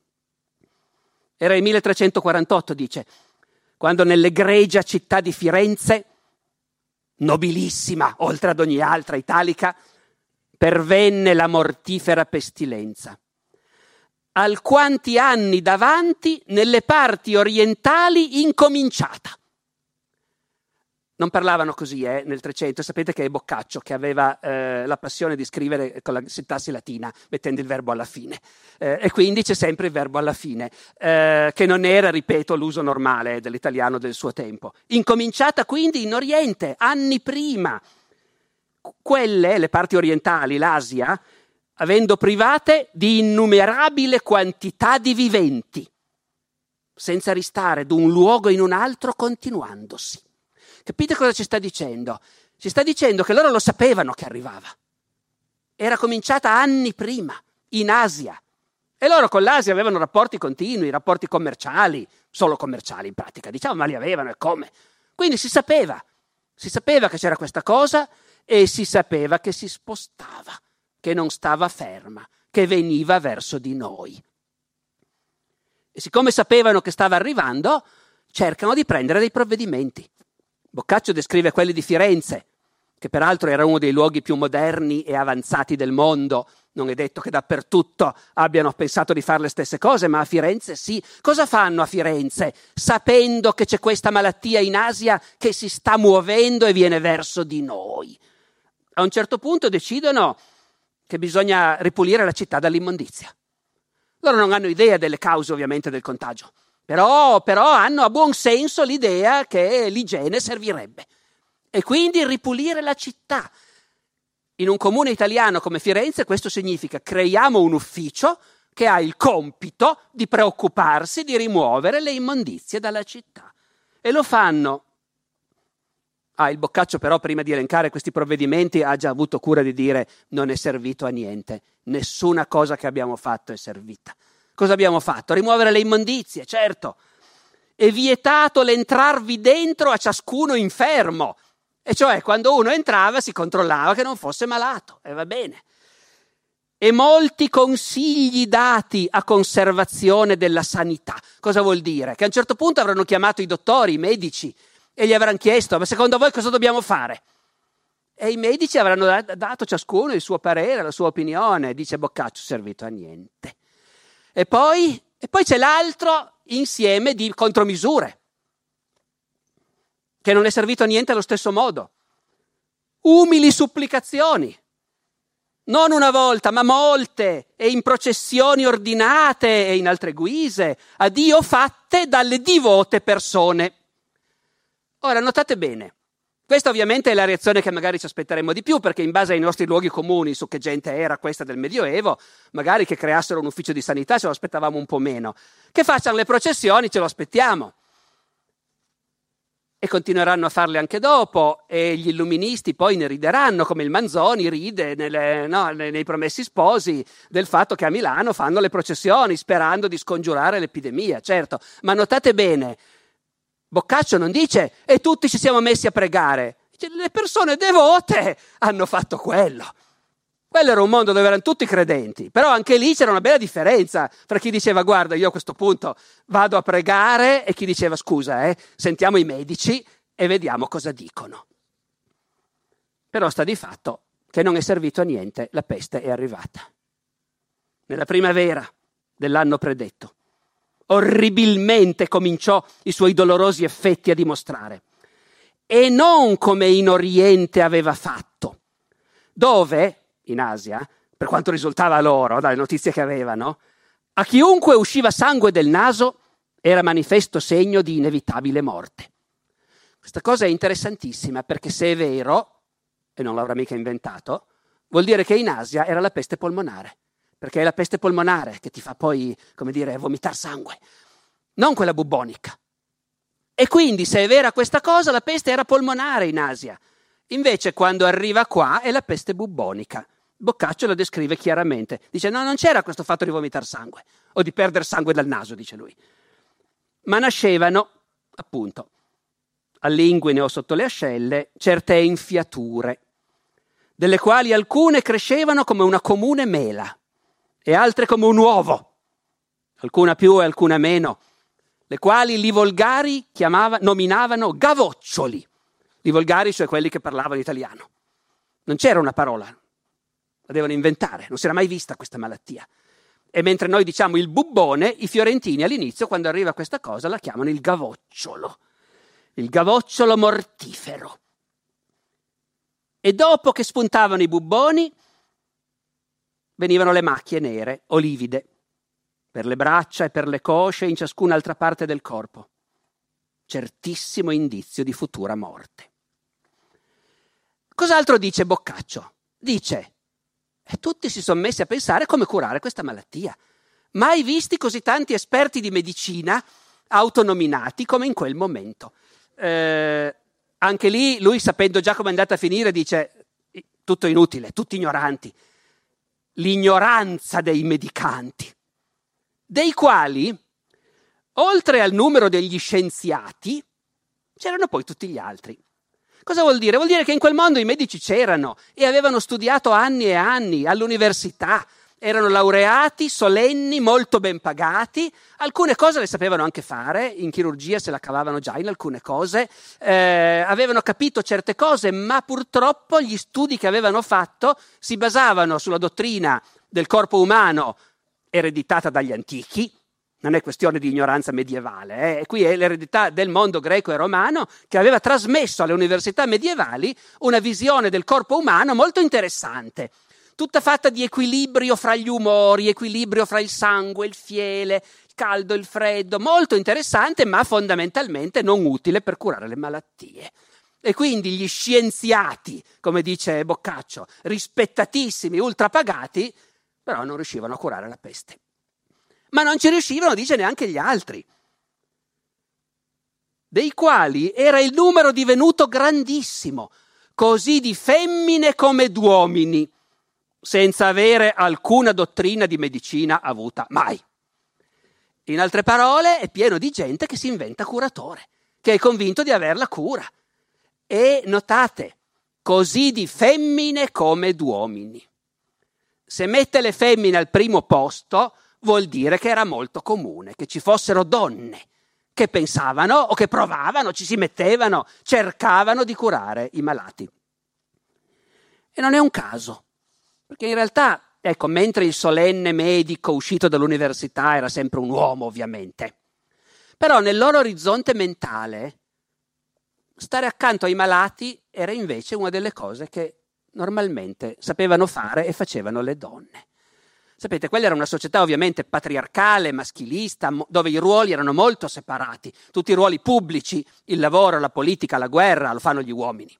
Era il milletrecentoquarantotto, dice, quando nell'egregia città di Firenze, nobilissima, oltre ad ogni altra italica, pervenne la mortifera pestilenza. Alquanti anni davanti, nelle parti orientali incominciata. Non parlavano così eh, nel trecento, sapete che è Boccaccio che aveva eh, la passione di scrivere con la sintassi latina, mettendo il verbo alla fine. Eh, e quindi c'è sempre il verbo alla fine, eh, che non era, ripeto, l'uso normale dell'italiano del suo tempo. Incominciata quindi in Oriente, anni prima. Quelle, le parti orientali, l'Asia, avendo private di innumerabile quantità di viventi, senza ristare d'un luogo in un altro continuandosi. Capite cosa ci sta dicendo? Ci sta dicendo che loro lo sapevano che arrivava. Era cominciata anni prima, in Asia. E loro con l'Asia avevano rapporti continui, rapporti commerciali, solo commerciali in pratica, diciamo, ma li avevano e come. Quindi si sapeva, si sapeva che c'era questa cosa e si sapeva che si spostava, che non stava ferma, che veniva verso di noi. E siccome sapevano che stava arrivando, cercano di prendere dei provvedimenti. Boccaccio descrive quelli di Firenze, che peraltro era uno dei luoghi più moderni e avanzati del mondo. Non è detto che dappertutto abbiano pensato di fare le stesse cose, ma a Firenze sì. Cosa fanno a Firenze, sapendo che c'è questa malattia in Asia che si sta muovendo e viene verso di noi? A un certo punto decidono che bisogna ripulire la città dall'immondizia. Loro non hanno idea delle cause ovviamente del contagio. Però, però hanno a buon senso l'idea che l'igiene servirebbe. E quindi ripulire la città. In un comune italiano come Firenze questo significa creiamo un ufficio che ha il compito di preoccuparsi di rimuovere le immondizie dalla città. E lo fanno. Ah, il Boccaccio però prima di elencare questi provvedimenti ha già avuto cura di dire non è servito a niente. Nessuna cosa che abbiamo fatto è servita. Cosa abbiamo fatto? Rimuovere le immondizie, certo. È vietato l'entrarvi dentro a ciascuno infermo. E cioè, quando uno entrava si controllava che non fosse malato. E va bene. E molti consigli dati a conservazione della sanità. Cosa vuol dire? Che a un certo punto avranno chiamato i dottori, i medici, e gli avranno chiesto, ma secondo voi cosa dobbiamo fare? E i medici avranno dato ciascuno il suo parere, la sua opinione. Dice Boccaccio, servito a niente. E poi, e poi c'è l'altro insieme di contromisure, che non è servito a niente allo stesso modo. Umili supplicazioni, non una volta, ma molte, e in processioni ordinate e in altre guise, a Dio fatte dalle divote persone. Ora, notate bene, questa ovviamente è la reazione che magari ci aspetteremmo di più, perché in base ai nostri luoghi comuni su che gente era questa del Medioevo, magari che creassero un ufficio di sanità ce lo aspettavamo un po' meno. Che facciano le processioni ce lo aspettiamo. E continueranno a farle anche dopo, e gli illuministi poi ne rideranno, come il Manzoni ride nelle, no, nei Promessi Sposi del fatto che a Milano fanno le processioni sperando di scongiurare l'epidemia, certo. Ma notate bene, Boccaccio non dice e tutti ci siamo messi a pregare. Dice, le persone devote hanno fatto quello. Quello era un mondo dove erano tutti credenti, però anche lì c'era una bella differenza fra chi diceva guarda io a questo punto vado a pregare e chi diceva scusa eh, sentiamo i medici e vediamo cosa dicono. Però sta di fatto che non è servito a niente, la peste è arrivata. Nella primavera dell'anno predetto. Orribilmente cominciò i suoi dolorosi effetti a dimostrare. E non come in Oriente aveva fatto, dove, in Asia, per quanto risultava loro, dalle notizie che avevano, a chiunque usciva sangue del naso era manifesto segno di inevitabile morte. Questa cosa è interessantissima perché se è vero, e non l'avrà mica inventato, vuol dire che in Asia era la peste polmonare. Perché è la peste polmonare che ti fa poi, come dire, vomitar sangue, non quella bubbonica. E quindi, se è vera questa cosa, la peste era polmonare in Asia. Invece, quando arriva qua, è la peste bubbonica. Boccaccio lo descrive chiaramente. Dice, no, non c'era questo fatto di vomitar sangue, o di perdere sangue dal naso, dice lui. ma nascevano, appunto, all'inguine o sotto le ascelle, certe enfiature, delle quali alcune crescevano come una comune mela e altre come un uovo, alcuna più e alcuna meno, le quali i volgari chiamava, nominavano gavoccioli. I volgari, cioè quelli che parlavano italiano. Non c'era una parola, la devono inventare, non si era mai vista questa malattia. E mentre noi diciamo il bubbone, i fiorentini all'inizio, quando arriva questa cosa, la chiamano il gavocciolo. Il gavocciolo mortifero. E dopo che spuntavano i bubboni, venivano le macchie nere, olivide, per le braccia e per le cosce e in ciascun'altra parte del corpo. Certissimo indizio di futura morte. Cos'altro dice Boccaccio? Dice, e tutti si sono messi a pensare come curare questa malattia. Mai visti così tanti esperti di medicina autonominati come in quel momento. Eh, anche lì, lui sapendo già come è andata a finire, dice, tutto inutile, tutti ignoranti. L'ignoranza dei medicanti, dei quali, oltre al numero degli scienziati, c'erano poi tutti gli altri. Cosa vuol dire? Vuol dire che in quel mondo i medici c'erano e avevano studiato anni e anni all'università, erano laureati, solenni, molto ben pagati, alcune cose le sapevano anche fare, in chirurgia se la cavavano già in alcune cose, eh, avevano capito certe cose, ma purtroppo gli studi che avevano fatto si basavano sulla dottrina del corpo umano ereditata dagli antichi. Non è questione di ignoranza medievale, eh. Qui è l'eredità del mondo greco e romano che aveva trasmesso alle università medievali una visione del corpo umano molto interessante, tutta fatta di equilibrio fra gli umori, equilibrio fra il sangue, il fiele, il caldo, il freddo, molto interessante ma fondamentalmente non utile per curare le malattie. E quindi gli scienziati, come dice Boccaccio, rispettatissimi, ultrapagati, però non riuscivano a curare la peste. Ma non ci riuscivano, dice, neanche gli altri, dei quali era il numero divenuto grandissimo, così di femmine come d'uomini, senza avere alcuna dottrina di medicina avuta mai. In altre parole, è pieno di gente che si inventa curatore, che è convinto di aver la cura. E notate, così di femmine come d'uomini. Se mette le femmine al primo posto, vuol dire che era molto comune, che ci fossero donne che pensavano o che provavano, ci si mettevano, cercavano di curare i malati. E non è un caso, perché in realtà, ecco, mentre il solenne medico uscito dall'università era sempre un uomo, ovviamente, però nel loro orizzonte mentale stare accanto ai malati era invece una delle cose che normalmente sapevano fare e facevano le donne. Sapete, quella era una società ovviamente patriarcale, maschilista, dove i ruoli erano molto separati. Tutti i ruoli pubblici, il lavoro, la politica, la guerra, lo fanno gli uomini.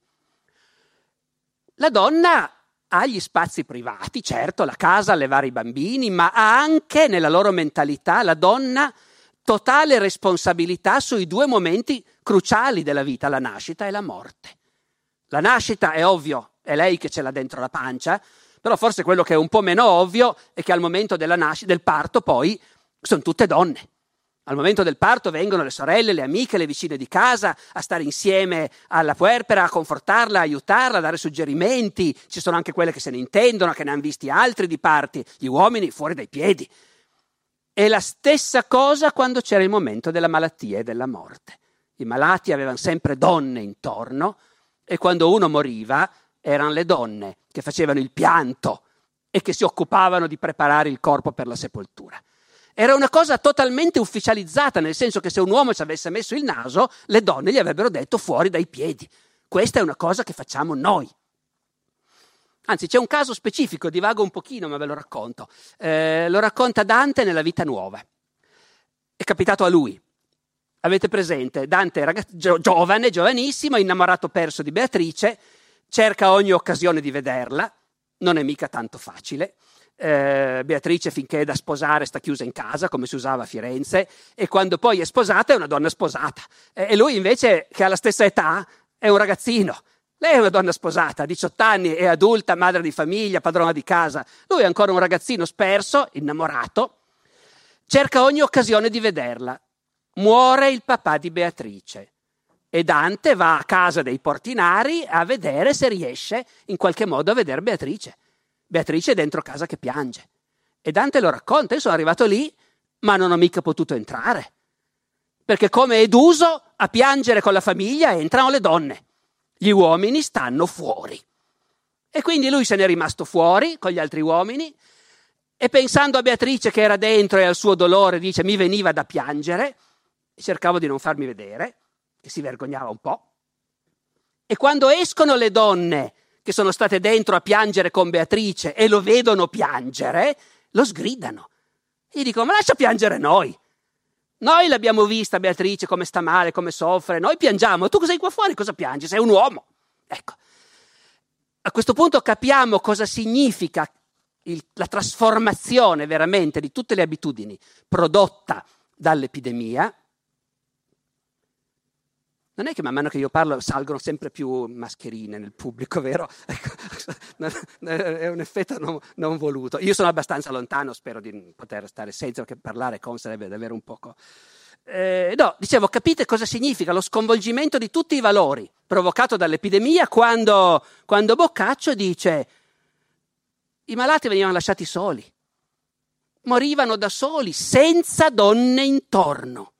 La donna ha gli spazi privati, certo, la casa, allevare i bambini, ma ha anche nella loro mentalità la donna totale responsabilità sui due momenti cruciali della vita, la nascita e la morte. La nascita è ovvio, è lei che ce l'ha dentro la pancia, però forse quello che è un po' meno ovvio è che al momento della nascita, del parto poi sono tutte donne. Al momento del parto vengono le sorelle, le amiche, le vicine di casa a stare insieme alla puerpera, a confortarla, a aiutarla, a dare suggerimenti. Ci sono anche quelle che se ne intendono, che ne hanno visti altri di parti, gli uomini fuori dai piedi. E la stessa cosa quando c'era il momento della malattia e della morte. I malati avevano sempre donne intorno e quando uno moriva erano le donne che facevano il pianto e che si occupavano di preparare il corpo per la sepoltura. Era una cosa totalmente ufficializzata, nel senso che se un uomo ci avesse messo il naso, le donne gli avrebbero detto fuori dai piedi. Questa è una cosa che facciamo noi. Anzi, c'è un caso specifico, divago un pochino, ma ve lo racconto. Eh, lo racconta Dante nella Vita Nuova. È capitato a lui. Avete presente? Dante era gio- giovane, giovanissimo, innamorato perso di Beatrice, cerca ogni occasione di vederla, non è mica tanto facile. Eh, Beatrice finché è da sposare sta chiusa in casa come si usava a Firenze e quando poi è sposata è una donna sposata eh, e lui invece che ha la stessa età è un ragazzino. Lei è una donna sposata, ha diciotto anni, è adulta, madre di famiglia, padrona di casa. Lui è ancora un ragazzino sperso, innamorato, cerca ogni occasione di vederla muore il papà di Beatrice e Dante va a casa dei portinari a vedere se riesce in qualche modo a vedere Beatrice. Beatrice è dentro casa che piange. E Dante lo racconta: io sono arrivato lì, ma non ho mica potuto entrare. Perché come è d'uso, a piangere con la famiglia entrano le donne. Gli uomini stanno fuori. E quindi lui se n'è rimasto fuori con gli altri uomini e pensando a Beatrice che era dentro e al suo dolore dice: mi veniva da piangere, e cercavo di non farmi vedere, che si vergognava un po'. E quando escono le donne che sono state dentro a piangere con Beatrice e lo vedono piangere, lo sgridano. E gli dicono: ma lascia piangere noi. Noi l'abbiamo vista Beatrice come sta male, come soffre, noi piangiamo. Tu sei qua fuori, cosa piangi? Sei un uomo. Ecco. A questo punto capiamo cosa significa il, la trasformazione veramente di tutte le abitudini prodotta dall'epidemia. Non è che man mano che io parlo salgono sempre più mascherine nel pubblico, vero? Ecco, è un effetto non, non voluto. Io sono abbastanza lontano, spero di poter stare senza, perché parlare con sarebbe davvero un poco... Eh, no, dicevo, capite cosa significa lo sconvolgimento di tutti i valori provocato dall'epidemia quando, quando Boccaccio dice: i malati venivano lasciati soli, morivano da soli, senza donne intorno.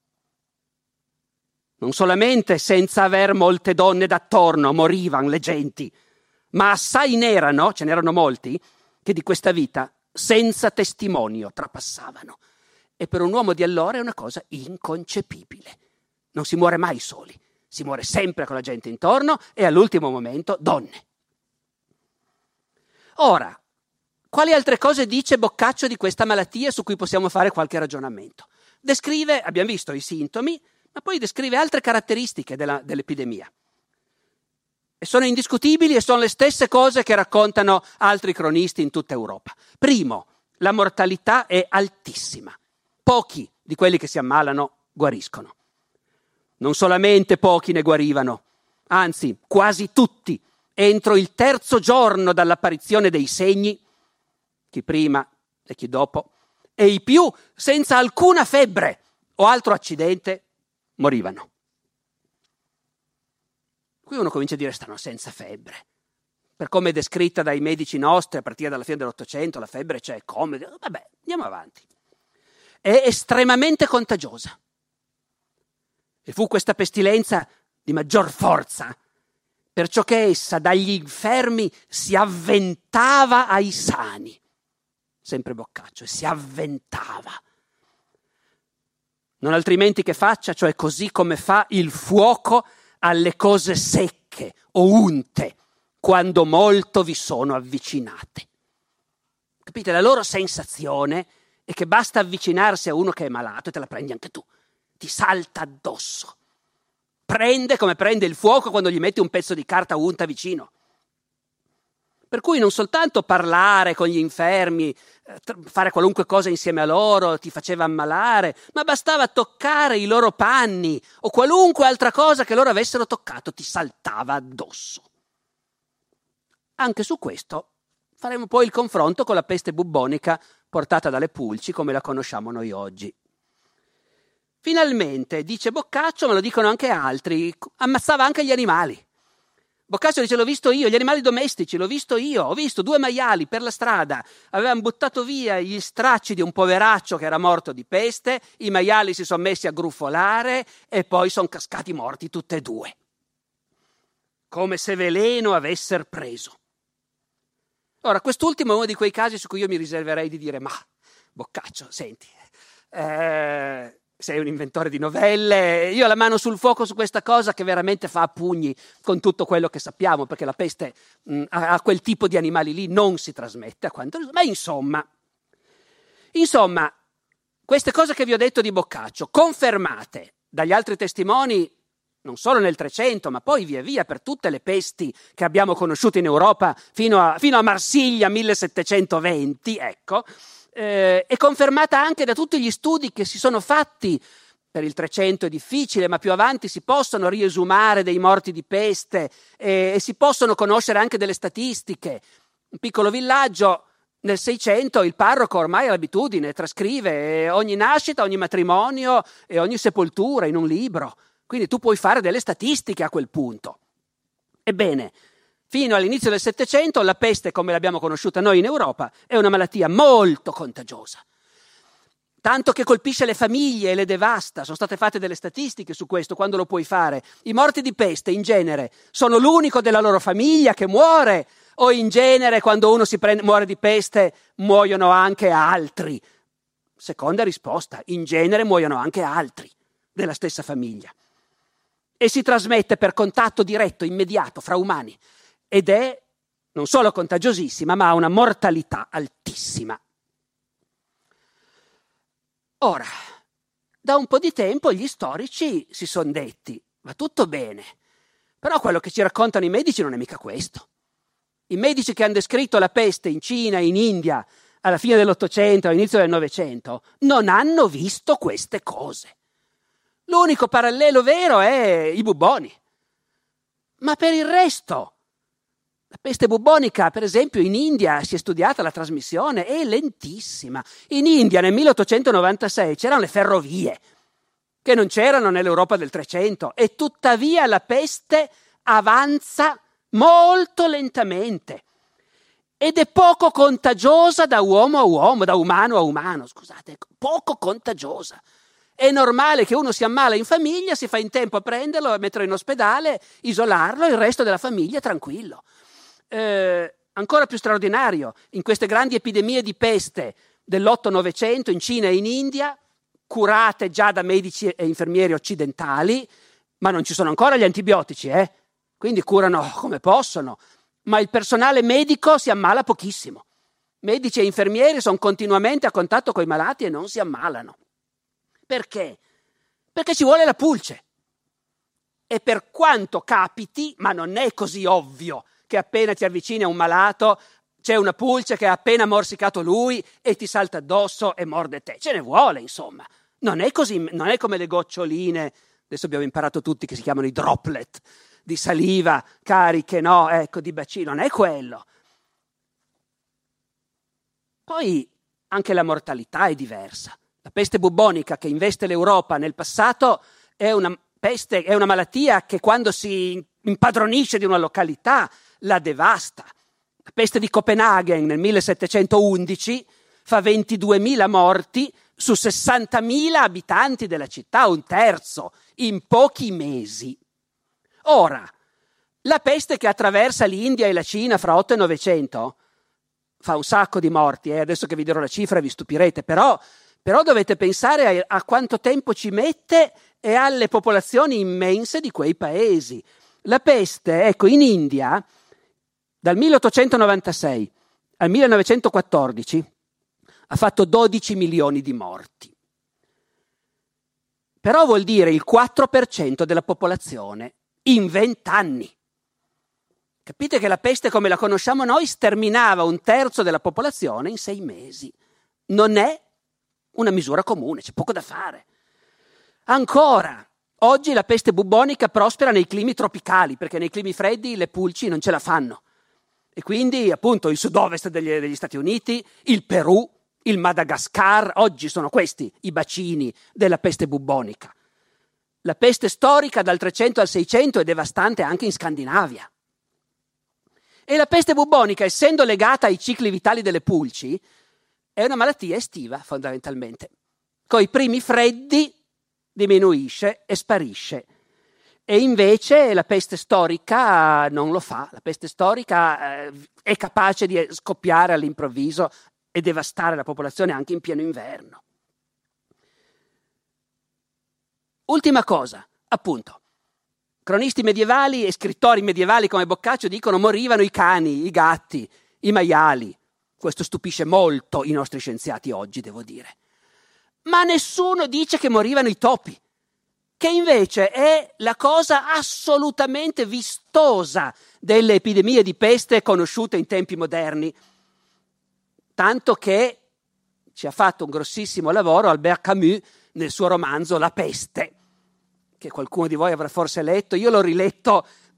Non solamente senza aver molte donne d'attorno morivano le genti, ma assai n'erano, ce n'erano molti, che di questa vita senza testimonio trapassavano. E per un uomo di allora è una cosa inconcepibile. Non si muore mai soli, si muore sempre con la gente intorno e all'ultimo momento donne. Ora, quali altre cose dice Boccaccio di questa malattia su cui possiamo fare qualche ragionamento? Descrive, abbiamo visto, i sintomi, ma poi descrive altre caratteristiche della, dell'epidemia. E sono indiscutibili e sono le stesse cose che raccontano altri cronisti in tutta Europa. Primo, la mortalità è altissima. Pochi di quelli che si ammalano guariscono. Non solamente pochi ne guarivano, anzi quasi tutti, entro il terzo giorno dall'apparizione dei segni, chi prima e chi dopo, e i più senza alcuna febbre o altro accidente morivano. Qui uno comincia a dire: stanno senza febbre. Per come è descritta dai medici nostri a partire dalla fine dell'Ottocento, la febbre c'è, come? Vabbè, andiamo avanti. È estremamente contagiosa. E fu questa pestilenza di maggior forza, perciò che essa dagli infermi si avventava ai sani. Sempre Boccaccio, si avventava. Non altrimenti che faccia, cioè così come fa il fuoco alle cose secche o unte, quando molto vi sono avvicinate. Capite? La loro sensazione è che basta avvicinarsi a uno che è malato e te la prendi anche tu. Ti salta addosso. Prende come prende il fuoco quando gli metti un pezzo di carta unta vicino. Per cui non soltanto parlare con gli infermi, fare qualunque cosa insieme a loro ti faceva ammalare, ma bastava toccare i loro panni o qualunque altra cosa che loro avessero toccato ti saltava addosso. Anche su questo faremo poi il confronto con la peste bubbonica portata dalle pulci come la conosciamo noi oggi. Finalmente, dice Boccaccio, ma lo dicono anche altri, ammazzava anche gli animali. Boccaccio dice: l'ho visto io, gli animali domestici, l'ho visto io, ho visto due maiali per la strada, avevano buttato via gli stracci di un poveraccio che era morto di peste, i maiali si sono messi a gruffolare e poi sono cascati morti tutte e due, come se veleno avessero preso. Ora, quest'ultimo è uno di quei casi su cui io mi riserverei di dire: ma Boccaccio, senti, eh, sei un inventore di novelle, io ho la mano sul fuoco su questa cosa che veramente fa a pugni con tutto quello che sappiamo, perché la peste mh, a, a quel tipo di animali lì non si trasmette, a quanto, ma insomma, insomma, queste cose che vi ho detto di Boccaccio, confermate dagli altri testimoni, non solo nel Trecento, ma poi via via per tutte le pesti che abbiamo conosciuto in Europa fino a, fino a Marsiglia millesettecentoventi, ecco, eh, è confermata anche da tutti gli studi che si sono fatti. Per il Trecento è difficile, ma più avanti si possono riesumare dei morti di peste e, e si possono conoscere anche delle statistiche. Un piccolo villaggio Nel Seicento il parroco ormai ha l'abitudine, trascrive ogni nascita, ogni matrimonio e ogni sepoltura in un libro. Quindi tu puoi fare delle statistiche a quel punto. Ebbene, fino all'inizio del Settecento la peste, come l'abbiamo conosciuta noi in Europa, è una malattia molto contagiosa. Tanto che colpisce le famiglie e le devasta. Sono state fatte delle statistiche su questo, quando lo puoi fare. I morti di peste, in genere, sono l'unico della loro famiglia che muore, o in genere, quando uno si prende, muore di peste, muoiono anche altri? Seconda risposta, in genere muoiono anche altri della stessa famiglia. E si trasmette per contatto diretto, immediato, fra umani. Ed è non solo contagiosissima, ma ha una mortalità altissima. Ora, da un po' di tempo gli storici si sono detti, va tutto bene, però quello che ci raccontano i medici non è mica questo. I medici che hanno descritto la peste in Cina e in India alla fine dell'Ottocento e all'inizio del Novecento non hanno visto queste cose. L'unico parallelo vero è i bubboni. Ma per il resto, la peste bubbonica, per esempio, in India si è studiata la trasmissione, è lentissima. In India nel milleottocentonovantasei c'erano le ferrovie, che non c'erano nell'Europa del Trecento, e tuttavia la peste avanza molto lentamente ed è poco contagiosa da uomo a uomo, da umano a umano, scusate, poco contagiosa. È normale che uno si ammala in famiglia, si fa in tempo a prenderlo, a metterlo in ospedale, isolarlo, il resto della famiglia è tranquillo. Eh, ancora più straordinario, in queste grandi epidemie di peste dell'otto novecento in Cina e in India, curate già da medici e infermieri occidentali, ma non ci sono ancora gli antibiotici, eh? Quindi curano come possono, ma il personale medico si ammala pochissimo. Medici e infermieri sono continuamente a contatto con i malati e non si ammalano. Perché? Perché ci vuole la pulce. E per quanto capiti, ma non è così ovvio che appena ti avvicini a un malato c'è una pulce che ha appena morsicato lui e ti salta addosso e morde te. Ce ne vuole, insomma. Non è così, non è come le goccioline, adesso abbiamo imparato tutti che si chiamano i droplet, di saliva cariche, no, ecco, di bacino, non è quello. Poi anche la mortalità è diversa. La peste bubbonica che investe l'Europa nel passato è una peste, è una malattia che quando si impadronisce di una località la devasta. La peste di Copenaghen nel millesettecentoundici fa ventiduemila morti su sessantamila abitanti della città, un terzo, in pochi mesi. Ora, la peste che attraversa l'India e la Cina fra otto e novecento fa un sacco di morti, eh? Adesso che vi dirò la cifra vi stupirete, però, però dovete pensare a, a quanto tempo ci mette e alle popolazioni immense di quei paesi. La peste, ecco, in India, dal milleottocentonovantasei al millenovecentoquattordici, ha fatto dodici milioni di morti. Però vuol dire il quattro per cento della popolazione in vent'anni. Capite che la peste come la conosciamo noi sterminava un terzo della popolazione in sei mesi. Non è una misura comune, c'è poco da fare. Ancora, oggi la peste bubbonica prospera nei climi tropicali, perché nei climi freddi le pulci non ce la fanno. E quindi, appunto, il sud-ovest degli, degli Stati Uniti, il Perù, il Madagascar, oggi sono questi i bacini della peste bubbonica. La peste storica dal trecento al seicento è devastante anche in Scandinavia. E la peste bubbonica, essendo legata ai cicli vitali delle pulci, è una malattia estiva fondamentalmente. Con i primi freddi diminuisce e sparisce. E invece la peste storica non lo fa. La peste storica eh, è capace di scoppiare all'improvviso e devastare la popolazione anche in pieno inverno. Ultima cosa, appunto. Cronisti medievali e scrittori medievali come Boccaccio dicono morivano i cani, i gatti, i maiali. Questo stupisce molto i nostri scienziati oggi, devo dire. Ma nessuno dice che morivano i topi, che invece è la cosa assolutamente vistosa delle epidemie di peste conosciute in tempi moderni. Tanto che ci ha fatto un grossissimo lavoro Albert Camus nel suo romanzo La peste, che qualcuno di voi avrà forse letto. Io l'ho riletto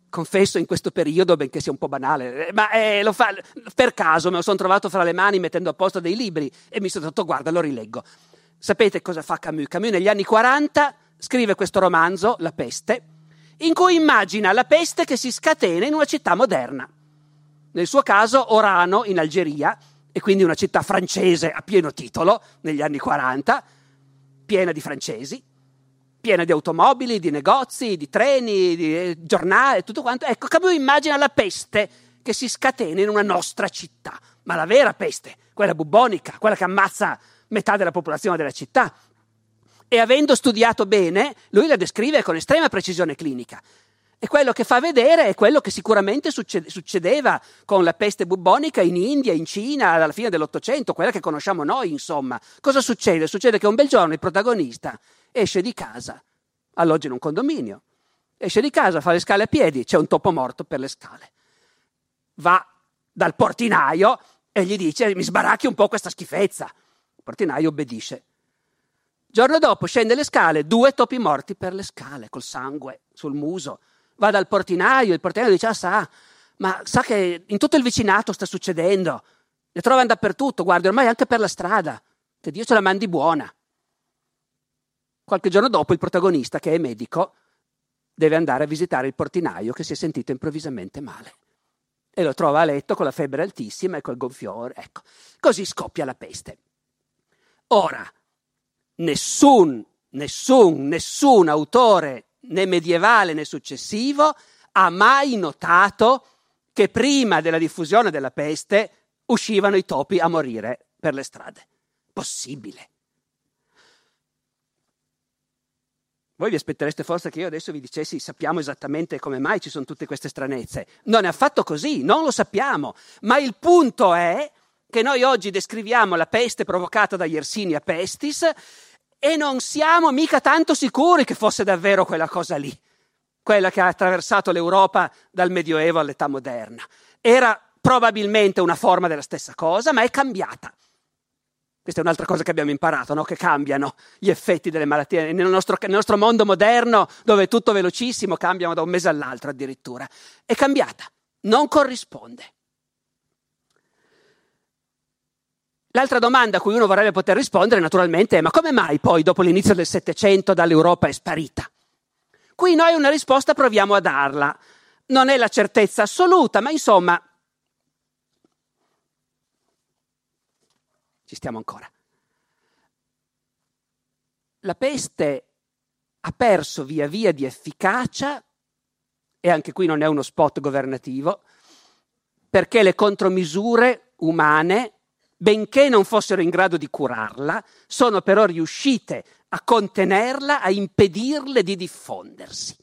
confesso in questo periodo, benché sia un po' banale, ma eh, lo fa per caso, me lo sono trovato fra le mani mettendo a posto dei libri e mi sono detto guarda, lo rileggo. Sapete cosa fa Camus? Camus negli anni quaranta scrive questo romanzo, La peste, in cui immagina la peste che si scatena in una città moderna. Nel suo caso Orano in Algeria, e quindi una città francese a pieno titolo negli anni quaranta, piena di francesi, piena di automobili, di negozi, di treni, di eh, giornali, tutto quanto. Ecco, Camus immagina la peste che si scatena in una nostra città, ma la vera peste, quella bubbonica, quella che ammazza metà della popolazione della città. E avendo studiato bene, lui la descrive con estrema precisione clinica. E quello che fa vedere è quello che sicuramente succede, succedeva con la peste bubbonica in India, in Cina, alla fine dell'Ottocento, quella che conosciamo noi, insomma. Cosa succede? Succede che un bel giorno il protagonista esce di casa, alloggia in un condominio, esce di casa, fa le scale a piedi, c'è un topo morto per le scale. Va dal portinaio e gli dice mi sbaracchi un po' questa schifezza. Il portinaio obbedisce. Giorno dopo scende le scale, due topi morti per le scale, col sangue sul muso. Va dal portinaio, il portinaio dice ah sa, ma sa che in tutto il vicinato sta succedendo, le trovano dappertutto, guardi ormai anche per la strada, che Dio ce la mandi buona. Qualche giorno dopo il protagonista, che è medico, deve andare a visitare il portinaio che si è sentito improvvisamente male. E lo trova a letto con la febbre altissima e col gonfiore. Ecco, così scoppia la peste. Ora, nessun, nessun, nessun autore, né medievale né successivo, ha mai notato che prima della diffusione della peste uscivano i topi a morire per le strade. Possibile. Voi vi aspettereste forse che io adesso vi dicessi sappiamo esattamente come mai ci sono tutte queste stranezze. Non è affatto così, non lo sappiamo. Ma il punto è che noi oggi descriviamo la peste provocata da Yersinia pestis e non siamo mica tanto sicuri che fosse davvero quella cosa lì, quella che ha attraversato l'Europa dal Medioevo all'età moderna. Era probabilmente una forma della stessa cosa, ma è cambiata. Questa è un'altra cosa che abbiamo imparato, no? Che cambiano gli effetti delle malattie. Nel nostro, nel nostro mondo moderno, dove è tutto velocissimo, cambiano da un mese all'altro addirittura. È cambiata, non corrisponde. L'altra domanda a cui uno vorrebbe poter rispondere naturalmente è ma come mai poi dopo l'inizio del Settecento dall'Europa è sparita? Qui noi una risposta proviamo a darla. Non è la certezza assoluta, ma insomma ci stiamo ancora. La peste ha perso via via di efficacia, e anche qui non è uno spot governativo, perché le contromisure umane, benché non fossero in grado di curarla, sono però riuscite a contenerla, a impedirle di diffondersi.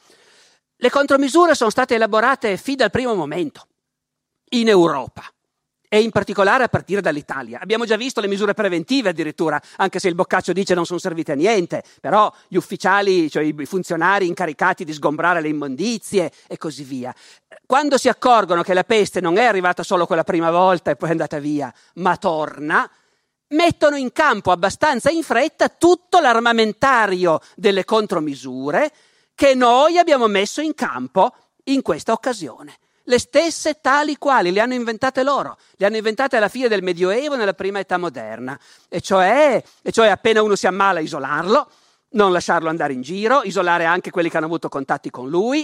Le contromisure sono state elaborate fin dal primo momento, in Europa. E in particolare a partire dall'Italia. Abbiamo già visto le misure preventive addirittura, anche se il Boccaccio dice non sono servite a niente, però gli ufficiali, cioè i funzionari incaricati di sgombrare le immondizie e così via. Quando si accorgono che la peste non è arrivata solo quella prima volta e poi è andata via, ma torna, mettono in campo abbastanza in fretta tutto l'armamentario delle contromisure che noi abbiamo messo in campo in questa occasione. Le stesse tali quali le hanno inventate loro, le hanno inventate alla fine del Medioevo, nella prima età moderna, e cioè, e cioè appena uno si ammala isolarlo, non lasciarlo andare in giro, isolare anche quelli che hanno avuto contatti con lui,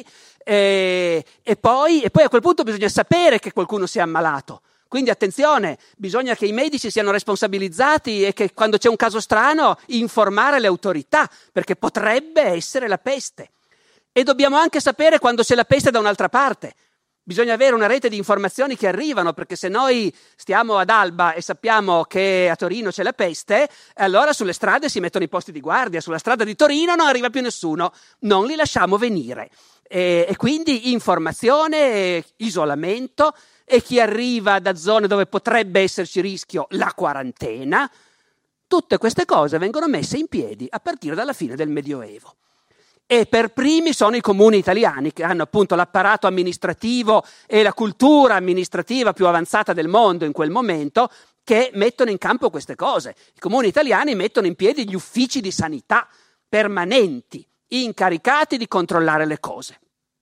e, e, poi, e poi a quel punto bisogna sapere che qualcuno si è ammalato. Quindi attenzione, bisogna che i medici siano responsabilizzati e che quando c'è un caso strano informare le autorità, perché potrebbe essere la peste. E dobbiamo anche sapere quando c'è la peste da un'altra parte. Bisogna avere una rete di informazioni che arrivano, perché se noi stiamo ad Alba e sappiamo che a Torino c'è la peste, allora sulle strade si mettono i posti di guardia, sulla strada di Torino non arriva più nessuno, non li lasciamo venire. E, e quindi informazione, isolamento, e chi arriva da zone dove potrebbe esserci rischio, la quarantena. Tutte queste cose vengono messe in piedi a partire dalla fine del Medioevo. E per primi sono i comuni italiani, che hanno appunto l'apparato amministrativo e la cultura amministrativa più avanzata del mondo in quel momento, che mettono in campo queste cose. I comuni italiani mettono in piedi gli uffici di sanità permanenti, incaricati di controllare le cose.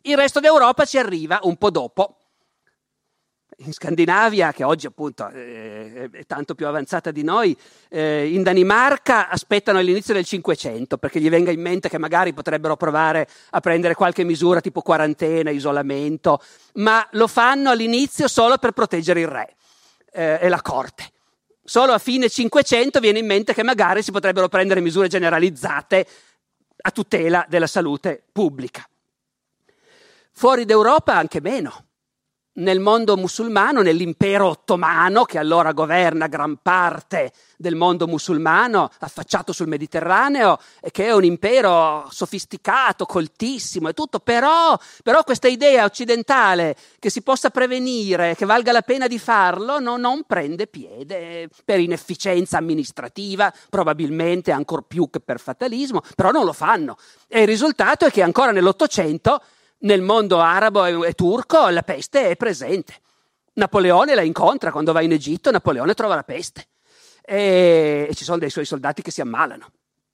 Il resto d'Europa ci arriva un po' dopo. In Scandinavia, che oggi appunto eh, è tanto più avanzata di noi, eh, in Danimarca aspettano l'inizio del Cinquecento perché gli venga in mente che magari potrebbero provare a prendere qualche misura tipo quarantena, isolamento, ma lo fanno all'inizio solo per proteggere il re eh, e la corte. Solo a fine Cinquecento viene in mente che magari si potrebbero prendere misure generalizzate a tutela della salute pubblica. Fuori d'Europa anche meno. Nel mondo musulmano, nell'impero ottomano, che allora governa gran parte del mondo musulmano, affacciato sul Mediterraneo, e che è un impero sofisticato, coltissimo e tutto, però, però questa idea occidentale che si possa prevenire, che valga la pena di farlo, no, non prende piede per inefficienza amministrativa, probabilmente ancor più che per fatalismo, però non lo fanno. E il risultato è che ancora nell'Ottocento nel mondo arabo e, e turco la peste è presente. Napoleone la incontra quando va in Egitto, Napoleone trova la peste e, e ci sono dei suoi soldati che si ammalano.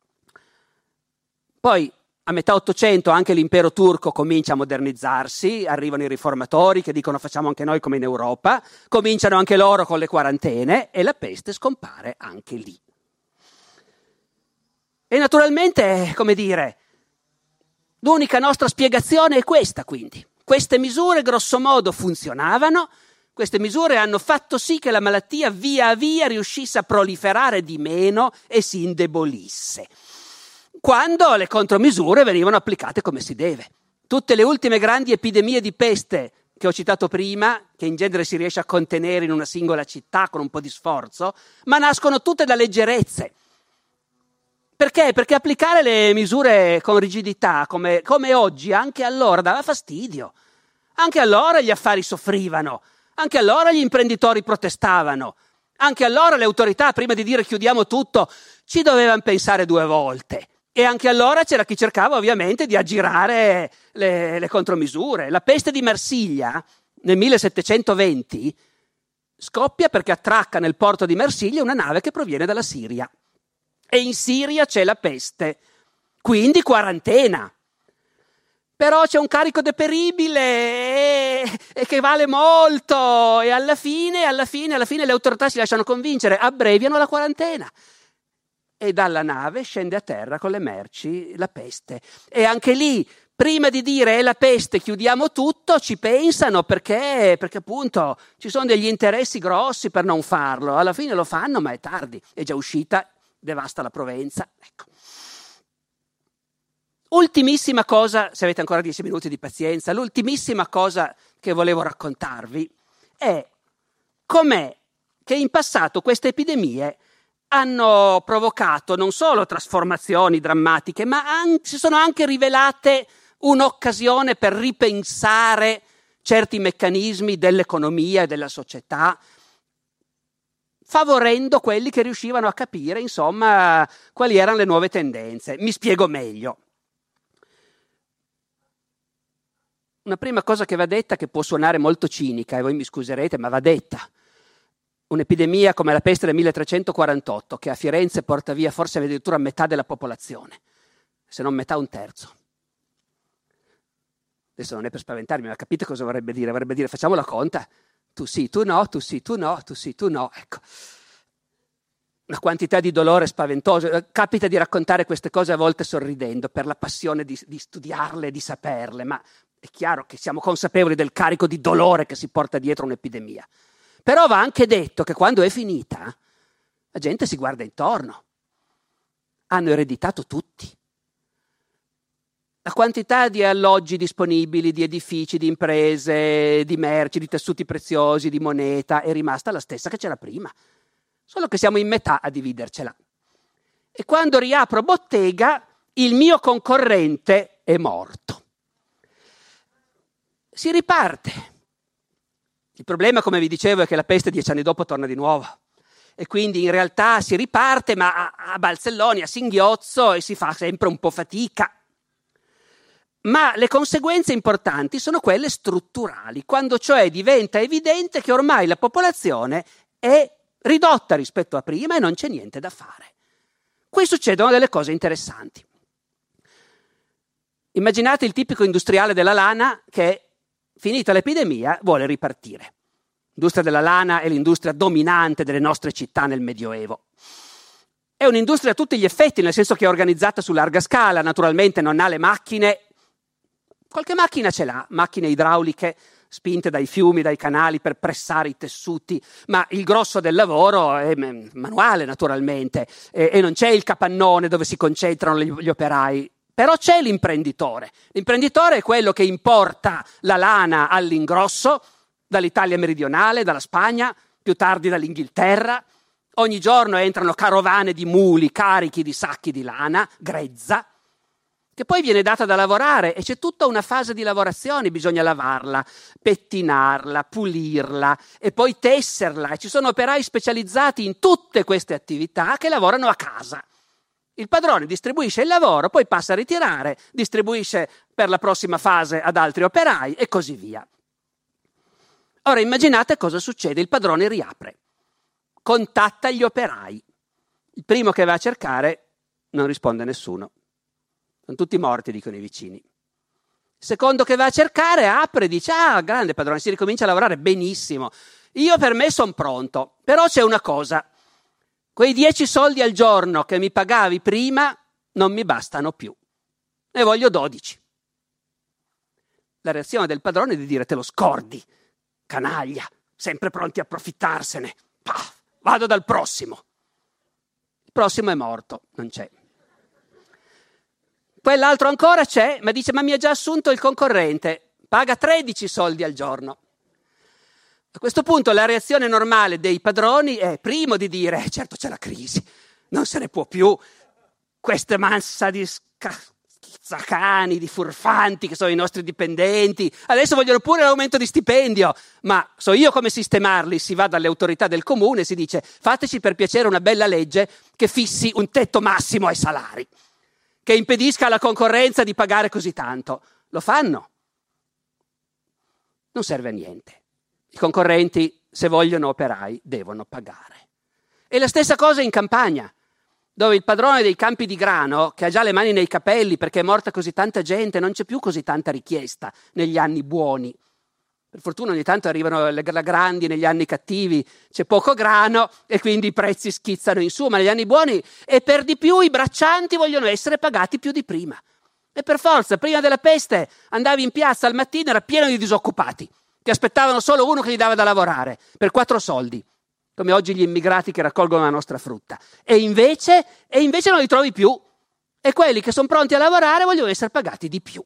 Poi a metà Ottocento anche l'impero turco comincia a modernizzarsi, arrivano i riformatori che dicono facciamo anche noi come in Europa, cominciano anche loro con le quarantene e la peste scompare anche lì. E naturalmente, come dire, l'unica nostra spiegazione è questa, quindi. Queste misure grosso modo funzionavano, queste misure hanno fatto sì che la malattia via via riuscisse a proliferare di meno e si indebolisse, quando le contromisure venivano applicate come si deve. Tutte le ultime grandi epidemie di peste che ho citato prima, che in genere si riesce a contenere in una singola città con un po' di sforzo, ma nascono tutte da leggerezze. Perché? Perché applicare le misure con rigidità, come, come oggi, anche allora dava fastidio. Anche allora gli affari soffrivano, anche allora gli imprenditori protestavano, anche allora le autorità, prima di dire chiudiamo tutto, ci dovevano pensare due volte. E anche allora c'era chi cercava ovviamente di aggirare le, le contromisure. La peste di Marsiglia nel millesettecentoventi scoppia perché attracca nel porto di Marsiglia una nave che proviene dalla Siria. E in Siria c'è la peste, quindi quarantena. Però c'è un carico deperibile e, e che vale molto e alla fine, alla fine, alla fine le autorità si lasciano convincere, abbreviano la quarantena. E dalla nave scende a terra con le merci la peste. E anche lì, prima di dire è la peste, chiudiamo tutto, ci pensano perché, perché appunto ci sono degli interessi grossi per non farlo. Alla fine lo fanno, ma è tardi, è già uscita. Devasta la Provenza. Ecco. Ultimissima cosa, se avete ancora dieci minuti di pazienza, l'ultimissima cosa che volevo raccontarvi è com'è che in passato queste epidemie hanno provocato non solo trasformazioni drammatiche, ma an- si sono anche rivelate un'occasione per ripensare certi meccanismi dell'economia e della società, favorendo quelli che riuscivano a capire, insomma, quali erano le nuove tendenze. Mi spiego meglio. Una prima cosa che va detta, che può suonare molto cinica, e voi mi scuserete, ma va detta. Un'epidemia come la peste del milletrecentoquarantotto, che a Firenze porta via forse addirittura metà della popolazione, se non metà un terzo. Adesso non è per spaventarmi, ma capite cosa vorrebbe dire? Vorrebbe dire facciamo la conta. Tu sì, tu no, tu sì, tu no, tu sì, tu no. Ecco. Una quantità di dolore spaventoso. Capita di raccontare queste cose a volte sorridendo per la passione di, di studiarle, di saperle, ma è chiaro che siamo consapevoli del carico di dolore che si porta dietro un'epidemia. Però va anche detto che quando è finita, la gente si guarda intorno. Hanno ereditato tutti. La quantità di alloggi disponibili, di edifici, di imprese, di merci, di tessuti preziosi, di moneta è rimasta la stessa che c'era prima, solo che siamo in metà a dividercela. E quando riapro bottega, il mio concorrente è morto. Si riparte. Il problema, come vi dicevo, è che la peste dieci anni dopo torna di nuovo. E quindi in realtà si riparte, ma a, a balzelloni, a singhiozzo, e si fa sempre un po' fatica. Ma le conseguenze importanti sono quelle strutturali, quando cioè diventa evidente che ormai la popolazione è ridotta rispetto a prima e non c'è niente da fare. Qui succedono delle cose interessanti. Immaginate il tipico industriale della lana che, finita l'epidemia, vuole ripartire. L'industria della lana è l'industria dominante delle nostre città nel Medioevo. È un'industria a tutti gli effetti, nel senso che è organizzata su larga scala, naturalmente non ha le macchine. Qualche macchina ce l'ha, macchine idrauliche spinte dai fiumi, dai canali per pressare i tessuti, ma il grosso del lavoro è manuale naturalmente e, e non c'è il capannone dove si concentrano gli, gli operai. Però c'è l'imprenditore. L'imprenditore è quello che importa la lana all'ingrosso dall'Italia meridionale, dalla Spagna, più tardi dall'Inghilterra. Ogni giorno entrano carovane di muli carichi di sacchi di lana grezza, che poi viene data da lavorare e c'è tutta una fase di lavorazione, bisogna lavarla, pettinarla, pulirla e poi tesserla. E ci sono operai specializzati in tutte queste attività che lavorano a casa. Il padrone distribuisce il lavoro, poi passa a ritirare, distribuisce per la prossima fase ad altri operai e così via. Ora immaginate cosa succede, il padrone riapre, contatta gli operai. Il primo che va a cercare non risponde nessuno. Sono tutti morti, dicono i vicini. Il secondo che va a cercare apre e dice: ah, grande padrone, si ricomincia a lavorare benissimo. Io per me sono pronto, però c'è una cosa. Quei dieci soldi al giorno che mi pagavi prima non mi bastano più. Ne voglio dodici. La reazione del padrone è di dire: te lo scordi, canaglia, sempre pronti a approfittarsene. Pah, vado dal prossimo. Il prossimo è morto, non c'è. Quell'altro ancora c'è, ma dice: ma mi ha già assunto il concorrente, paga tredici soldi al giorno. A questo punto la reazione normale dei padroni è, primo, di dire: certo c'è la crisi, non se ne può più, questa massa di schizzacani, di furfanti che sono i nostri dipendenti, adesso vogliono pure l'aumento di stipendio, ma so io come sistemarli. Si va dalle autorità del comune e si dice: fateci per piacere una bella legge che fissi un tetto massimo ai salari, che impedisca alla concorrenza di pagare così tanto. Lo fanno? Non serve a niente. I concorrenti, se vogliono operai, devono pagare. E la stessa cosa in campagna, dove il padrone dei campi di grano, che ha già le mani nei capelli perché è morta così tanta gente, non c'è più così tanta richiesta negli anni buoni. Per fortuna ogni tanto arrivano le grandi negli anni cattivi, c'è poco grano e quindi i prezzi schizzano in su, ma negli anni buoni e per di più i braccianti vogliono essere pagati più di prima. E per forza, prima della peste andavi in piazza al mattino, era pieno di disoccupati, che aspettavano solo uno che gli dava da lavorare, per quattro soldi, come oggi gli immigrati che raccolgono la nostra frutta. E invece, e invece non li trovi più, e quelli che sono pronti a lavorare vogliono essere pagati di più.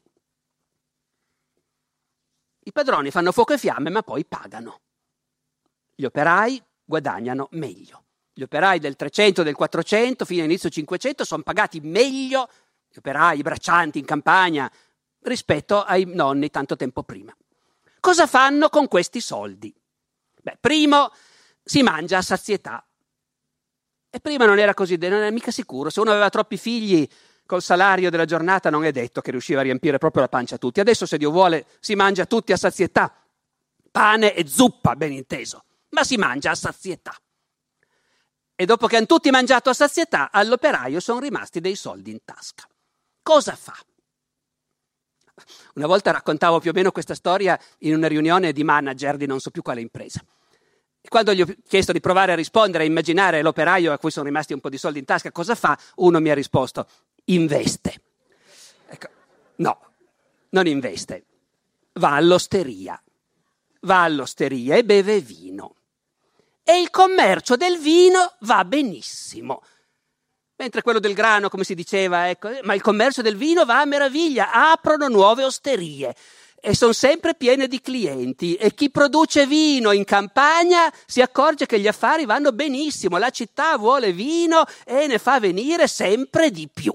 I padroni fanno fuoco e fiamme, ma poi pagano. Gli operai guadagnano meglio. Gli operai del trecento, del quattrocento, fino all'inizio cinquecento, sono pagati meglio, gli operai, i braccianti in campagna, rispetto ai nonni tanto tempo prima. Cosa fanno con questi soldi? Beh, primo, si mangia a sazietà. E prima non era così, non era mica sicuro. Se uno aveva troppi figli, col salario della giornata non è detto che riusciva a riempire proprio la pancia a tutti. Adesso, se Dio vuole, si mangia tutti a sazietà. Pane e zuppa, ben inteso, ma si mangia a sazietà. E dopo che hanno tutti mangiato a sazietà, all'operaio sono rimasti dei soldi in tasca. Cosa fa? Una volta raccontavo più o meno questa storia in una riunione di manager di non so più quale impresa. E quando gli ho chiesto di provare a rispondere, a immaginare l'operaio a cui sono rimasti un po' di soldi in tasca, cosa fa? Uno mi ha risposto: investe. Ecco, no, non investe. Va all'osteria. Va all'osteria e beve vino. E il commercio del vino va benissimo. Mentre quello del grano, come si diceva, ecco, ma il commercio del vino va a meraviglia, aprono nuove osterie e sono sempre piene di clienti e chi produce vino in campagna si accorge che gli affari vanno benissimo, la città vuole vino e ne fa venire sempre di più.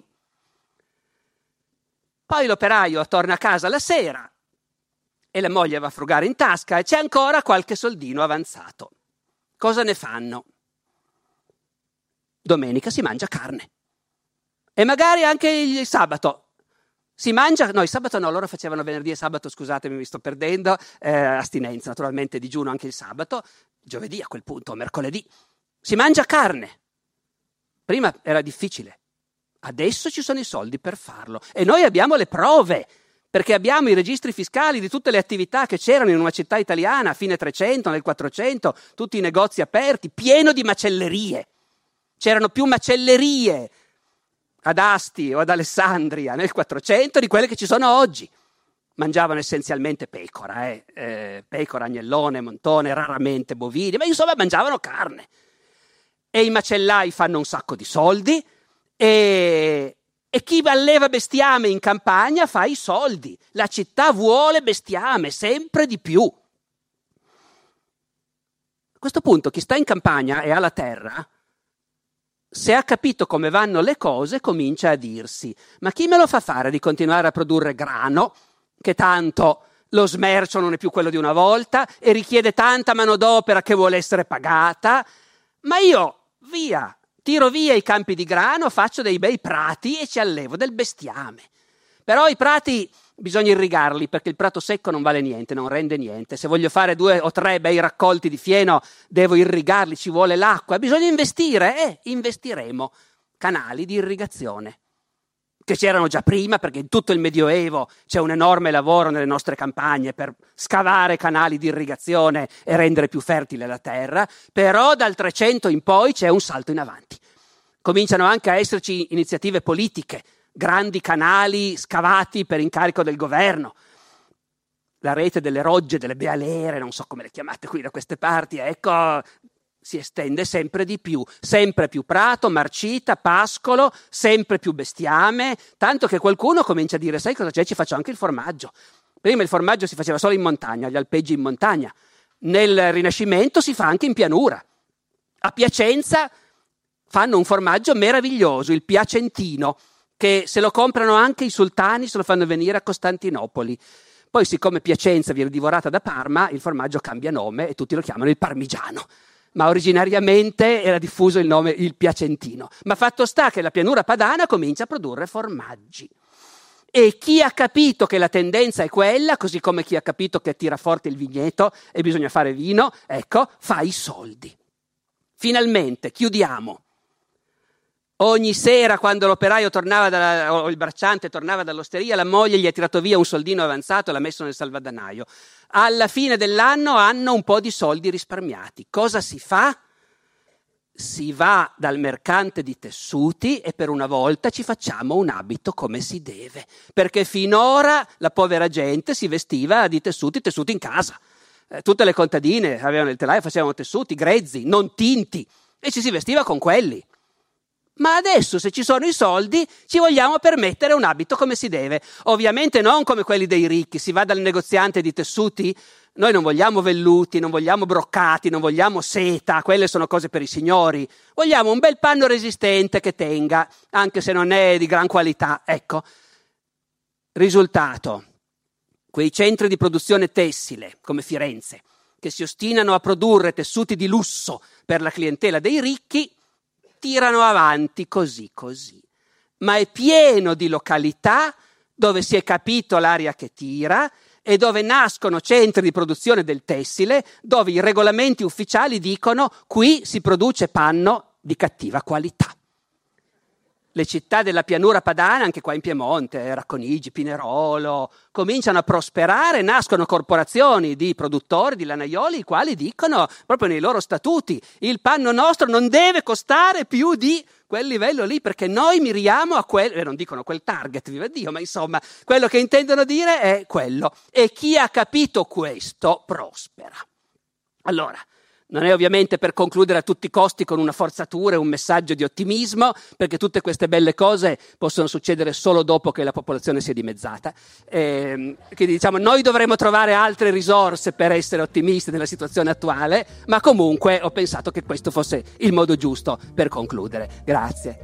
Poi l'operaio torna a casa la sera e la moglie va a frugare in tasca e c'è ancora qualche soldino avanzato. Cosa ne fanno? Domenica si mangia carne e magari anche il sabato si mangia, no il sabato no, loro facevano venerdì e sabato, scusatemi mi sto perdendo, eh, astinenza naturalmente, digiuno anche il sabato, giovedì a quel punto, mercoledì, si mangia carne. Prima era difficile, Adesso ci sono i soldi per farlo e noi abbiamo le prove, perché abbiamo i registri fiscali di tutte le attività che c'erano in una città italiana a fine trecento, nel quattrocento, tutti i negozi aperti, pieno di macellerie. C'erano più macellerie ad Asti o ad Alessandria nel quattrocento di quelle che ci sono oggi. Mangiavano essenzialmente pecora, eh? Eh, pecora, agnellone, montone, raramente bovini, ma insomma mangiavano carne. E i macellai fanno un sacco di soldi e... E chi alleva bestiame in campagna fa i soldi. La città vuole bestiame, sempre di più. A questo punto chi sta in campagna e ha la terra, se ha capito come vanno le cose, comincia a dirsi: ma chi me lo fa fare di continuare a produrre grano, che tanto lo smercio non è più quello di una volta e richiede tanta manodopera che vuole essere pagata? Ma io, via! Tiro via i campi di grano, faccio dei bei prati e ci allevo del bestiame. Però i prati bisogna irrigarli, perché il prato secco non vale niente, non rende niente. Se voglio fare due o tre bei raccolti di fieno, devo irrigarli, ci vuole l'acqua. Bisogna investire, eh, investiremo. Canali di irrigazione, che c'erano già prima, perché in tutto il Medioevo c'è un enorme lavoro nelle nostre campagne per scavare canali di irrigazione e rendere più fertile la terra, però dal trecento in poi c'è un salto in avanti. Cominciano anche a esserci iniziative politiche, grandi canali scavati per incarico del governo. La rete delle rogge, delle bealere, non so come le chiamate qui da queste parti, ecco, si estende sempre di più, sempre più prato, marcita, pascolo, sempre più bestiame, tanto che qualcuno comincia a dire: sai cosa c'è? Ci faccio anche il formaggio. Prima il formaggio si faceva solo in montagna, gli alpeggi in montagna. Nel Rinascimento si fa anche in pianura. A Piacenza fanno un formaggio meraviglioso, il piacentino, che se lo comprano anche i sultani, se lo fanno venire a Costantinopoli. Poi, siccome Piacenza viene divorata da Parma, il formaggio cambia nome e tutti lo chiamano il parmigiano. Ma originariamente era diffuso il nome il piacentino. Ma fatto sta che la pianura padana comincia a produrre formaggi. E chi ha capito che la tendenza è quella, così come chi ha capito che tira forte il vigneto e bisogna fare vino, ecco, fa i soldi. Finalmente, chiudiamo. Ogni sera, quando l'operaio tornava dalla, o il bracciante tornava dall'osteria, la moglie gli ha tirato via un soldino avanzato e l'ha messo nel salvadanaio. Alla fine dell'anno hanno un po' di soldi risparmiati. Cosa si fa? Si va dal mercante di tessuti e per una volta ci facciamo un abito come si deve, perché finora la povera gente si vestiva di tessuti, tessuti in casa. Eh, tutte le contadine avevano il telaio, facevano tessuti grezzi, non tinti, e ci si vestiva con quelli. Ma adesso, se ci sono i soldi, ci vogliamo permettere un abito come si deve. Ovviamente non come quelli dei ricchi. Si va dal negoziante di tessuti. Noi non vogliamo velluti, non vogliamo broccati, non vogliamo seta. Quelle sono cose per i signori. Vogliamo un bel panno resistente che tenga, anche se non è di gran qualità. Ecco. Risultato. Quei centri di produzione tessile, come Firenze, che si ostinano a produrre tessuti di lusso per la clientela dei ricchi, tirano avanti così così, ma è pieno di località dove si è capito l'aria che tira e dove nascono centri di produzione del tessile, dove i regolamenti ufficiali dicono: qui si produce panno di cattiva qualità. Le città della pianura padana, anche qua in Piemonte, Racconigi, Pinerolo, cominciano a prosperare, nascono corporazioni di produttori, di lanaioli, i quali dicono, proprio nei loro statuti: il panno nostro non deve costare più di quel livello lì, perché noi miriamo a quel, eh, non dicono quel target, viva Dio, ma insomma, quello che intendono dire è quello. E chi ha capito questo prospera. Allora, non è ovviamente per concludere a tutti i costi con una forzatura e un messaggio di ottimismo, perché tutte queste belle cose possono succedere solo dopo che la popolazione si è dimezzata. Eh, quindi diciamo, noi dovremo trovare altre risorse per essere ottimisti nella situazione attuale, ma comunque ho pensato che questo fosse il modo giusto per concludere. Grazie.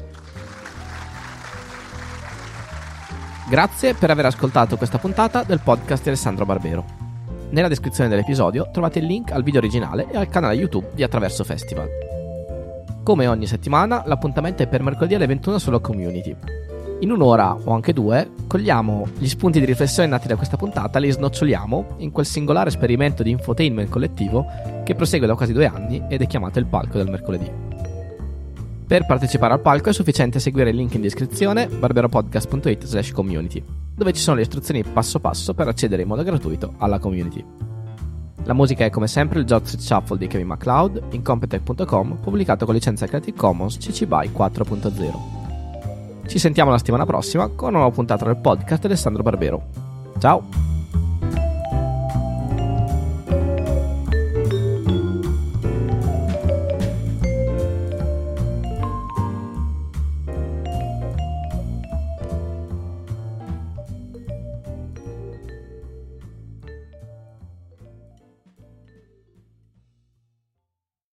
Grazie per aver ascoltato questa puntata del podcast di Alessandro Barbero. Nella descrizione dell'episodio trovate il link al video originale e al canale YouTube di Attraverso Festival. Come ogni settimana, l'appuntamento è per mercoledì alle ventuno sulla Community. In un'ora o anche due cogliamo gli spunti di riflessione nati da questa puntata e li snoccioliamo in quel singolare esperimento di infotainment collettivo che prosegue da quasi due anni ed è chiamato Il Palco del Mercoledì. Per partecipare al palco è sufficiente seguire il link in descrizione barberopodcast punto it slash community, dove ci sono le istruzioni passo passo per accedere in modo gratuito alla community. La musica è come sempre il Jot Street Shuffle di Kevin MacLeod in Competech punto com, pubblicato con licenza Creative Commons C C B Y quattro punto zero. Ci sentiamo la settimana prossima con una nuova puntata del podcast di Alessandro Barbero. Ciao!